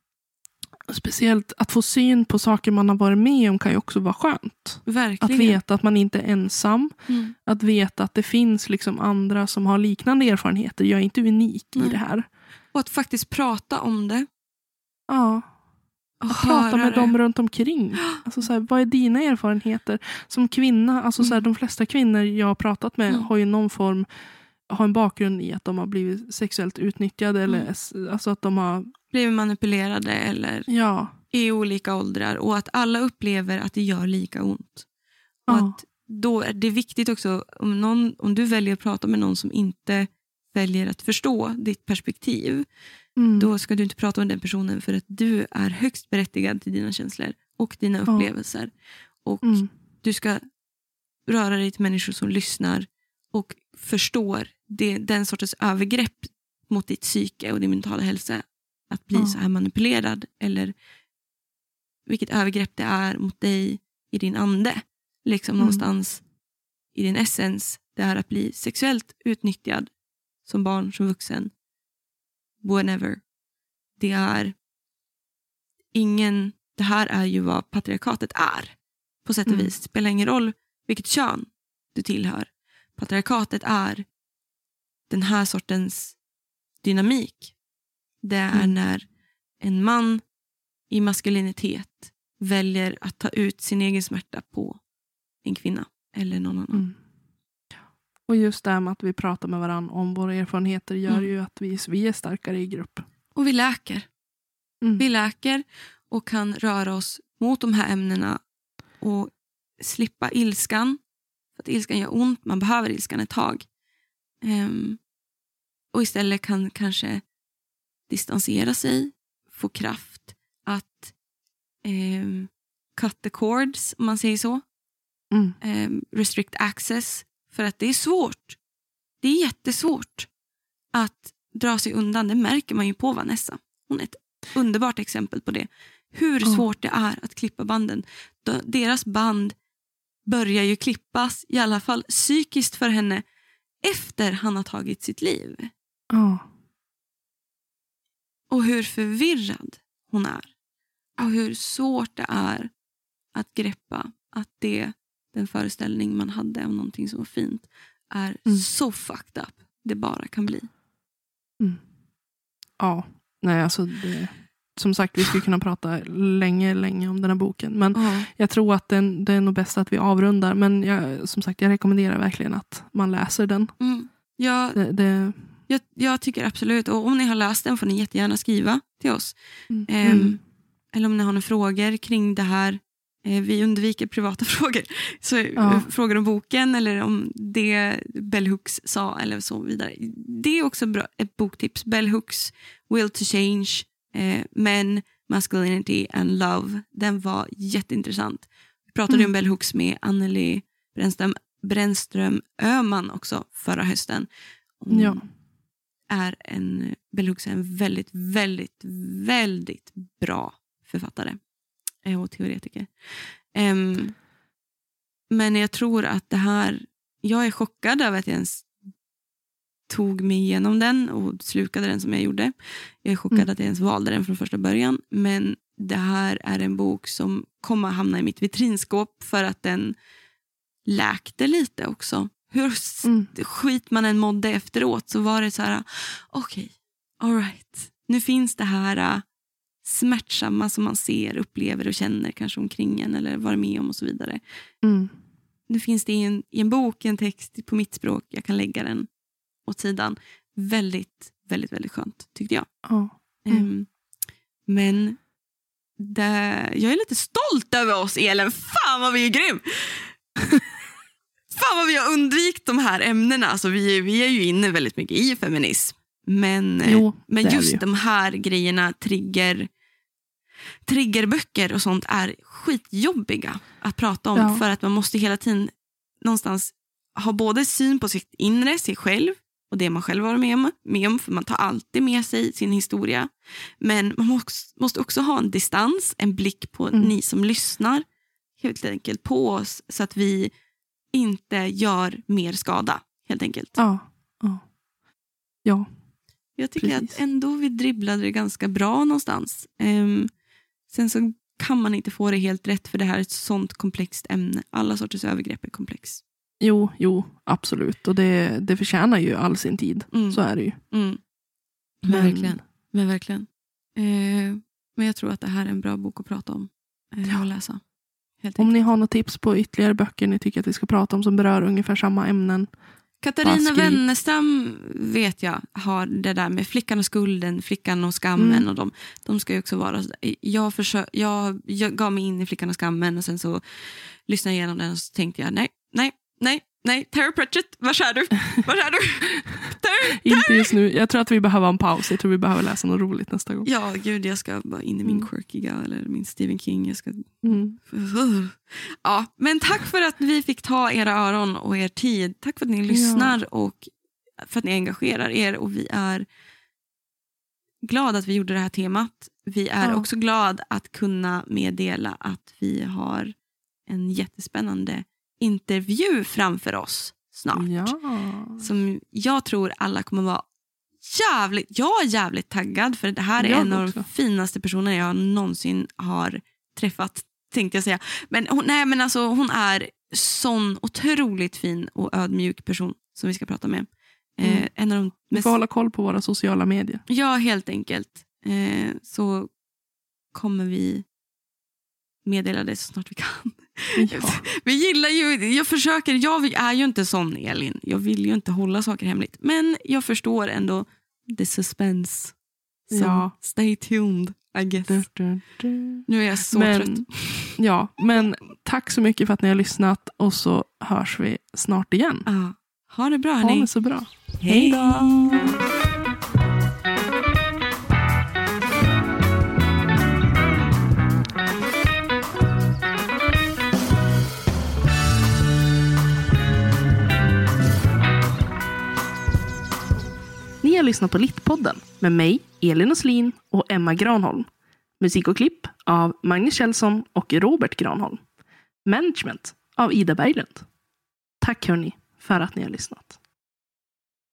speciellt att få syn på saker man har varit med om kan ju också vara skönt. Verkligen. Att veta att man inte är ensam. Mm. Att veta att det finns liksom andra som har liknande erfarenheter. Jag är inte unik mm. i det här. Och att faktiskt prata om det. Ja. Att prata med det. Dem runt omkring. Alltså så här, vad är dina erfarenheter? Som kvinna, alltså mm. så här, de flesta kvinnor jag har pratat med mm. har ju någon form, har en bakgrund i att de har blivit sexuellt utnyttjade. Mm. Eller alltså att de har blivit manipulerade eller ja. i olika åldrar. Och att alla upplever att det gör lika ont. Och ja. att då är det viktigt också om, någon, om du väljer att prata med någon som inte väljer att förstå ditt perspektiv. Mm. Då ska du inte prata om den personen för att du är högst berättigad till dina känslor och dina upplevelser. Ja. Och mm. du ska röra dig till människor som lyssnar och förstår det, den sortens övergrepp mot ditt psyke och din mentala hälsa. Att bli ja. så här manipulerad eller vilket övergrepp det är mot dig i din ande. liksom mm. någonstans i din essens, det är att bli sexuellt utnyttjad som barn, som vuxen, whenever. Det är ingen, det här är ju vad patriarkatet är på sätt och vis. Det spelar ingen roll vilket kön du tillhör. Patriarkatet är den här sortens dynamik. Det är mm. när en man i maskulinitet väljer att ta ut sin egen smärta på en kvinna eller någon annan. Mm. Och just det här med att vi pratar med varandra om våra erfarenheter gör mm. ju att vi, vi är starkare i grupp. Och vi läker. Mm. Vi läker och kan röra oss mot de här ämnena och slippa ilskan. För att ilskan gör ont, man behöver ilskan ett tag. Um, och istället kan kanske distansera sig, få kraft att um, cut the cords, om man säger så. Mm. Um, restrict access. För att det är svårt. Det är jättesvårt att dra sig undan. Det märker man ju på Vanessa. Hon är ett underbart exempel på det. Hur oh. svårt det är att klippa banden. Deras band börjar ju klippas, i alla fall psykiskt för henne, efter han har tagit sitt liv. Oh. Och hur förvirrad hon är. Och hur svårt det är att greppa att det, den föreställning man hade om någonting som var fint, är mm. så fucked up det bara kan bli. Mm. Ja, nej alltså det, som sagt, vi skulle kunna prata länge, länge om den här boken. Men mm. jag tror att den, det är nog bäst att vi avrundar. Men jag, som sagt, jag rekommenderar verkligen att man läser den. Mm. Ja, det, det... Jag, jag tycker absolut. Och om ni har läst den får ni jättegärna skriva till oss. Mm. Um, mm. Eller om ni har några frågor kring det här. Eh, vi undviker privata frågor. Så ja. Frågor om boken eller om det Bell Hooks sa eller så vidare. Det är också bra, ett boktips. Bell Hooks Will to Change, eh, Men, Masculinity and Love. Den var jätteintressant. Vi pratade mm. om Bell Hooks med Anneli Brännström, Brännström Öhman också förra hösten. Hon ja. är en, Bell Hooks är en väldigt, väldigt, väldigt bra författare och teoretiker. Um, men jag tror att det här, jag är chockad över att jag ens tog mig igenom den och slukade den som jag gjorde. Jag är chockad mm. att jag ens valde den från första början. Men det här är en bok som kommer att hamna i mitt vitrinskåp för att den läkte lite också. Hur mm. skit man än mådde efteråt så var det så här, okej, okay, all right. Nu finns det här smärtsamma som man ser, upplever och känner kanske omkring en eller var med om och så vidare. Mm. Nu finns det i en, i en bok, en text på mitt språk, jag kan lägga den åt sidan. Väldigt, väldigt, väldigt skönt tyckte jag. Oh. Mm. Um, men det, jag är lite stolt över oss, Elin. Fan vad vi är grym! Fan vad vi har undvikit de här ämnena. Alltså vi, vi är ju inne väldigt mycket i feminism. Men, jo, men just de här grejerna, trigger, triggerböcker och sånt är skitjobbiga att prata om. Ja. För att man måste hela tiden någonstans ha både syn på sitt inre, sig själv och det man själv var med om, med om. För man tar alltid med sig sin historia. Men man måste, måste också ha en distans, en blick på mm. ni som lyssnar helt enkelt på oss. Så att vi inte gör mer skada, helt enkelt. Ja, ja. Ja. Jag tycker precis. Att ändå vi dribblade det ganska bra någonstans. Um, sen så kan man inte få det helt rätt för det här är ett sånt komplext ämne. Alla sorters övergrepp är komplex. Jo, jo, absolut. Och det, det förtjänar ju all sin tid. Mm. Så är det ju. Mm. Men, men verkligen. Men, verkligen. Uh, men jag tror att det här är en bra bok att prata om. Uh, ja. Att läsa. Helt om enkelt. ni har något tips på ytterligare böcker ni tycker att vi ska prata om som berör ungefär samma ämnen. Katarina Wennerstam vet jag har det där med Flickan och skulden, Flickan och skammen mm. och de, de ska ju också vara jag, försö- jag, jag gav mig in i Flickan och skammen och sen så lyssnade jag igenom den och så tänkte jag nej, nej, nej, nej, Terry Pratchett, var är du? Var är du? Terry, Inte just nu, jag tror att vi behöver en paus, jag tror vi behöver läsa något roligt nästa gång. Ja, gud, jag ska bara in i min mm. quirkiga eller min Stephen King, jag ska mm. ja, men tack för att vi fick ta era öron och er tid, tack för att ni lyssnar ja. Och för att ni engagerar er och vi är glada att vi gjorde det här temat. Vi är ja. Också glada att kunna meddela att vi har en jättespännande intervju framför oss snart. Ja. Som jag tror alla kommer vara jävligt, jag är jävligt taggad för det här är jag en också. av de finaste personer jag någonsin har träffat, tänkte jag säga. Men hon, nej, men alltså, hon är sån otroligt fin och ödmjuk person som vi ska prata med. Mm. Eh, en av de Vi mest... får hålla koll på våra sociala medier. Ja, helt enkelt. Eh, så kommer vi meddela det så snart vi kan. Ja. Vi gillar ju, jag försöker, jag är ju inte sån Elin. Jag vill ju inte hålla saker hemligt. Men jag förstår ändå the suspense. Så Ja. stay tuned, I guess. Du, du, du. Nu är jag så men, trött. Ja, men tack så mycket för att ni har lyssnat och så hörs vi snart igen. Ja. Ha det bra, Ha hörni. det så bra. Hej då! Ni har lyssnat på Littpodden med mig, Elin Oslin och Emma Granholm. Musik och klipp av Magnus Kjellson och Robert Granholm. Management av Ida Berglund. Tack hörni för att ni har lyssnat.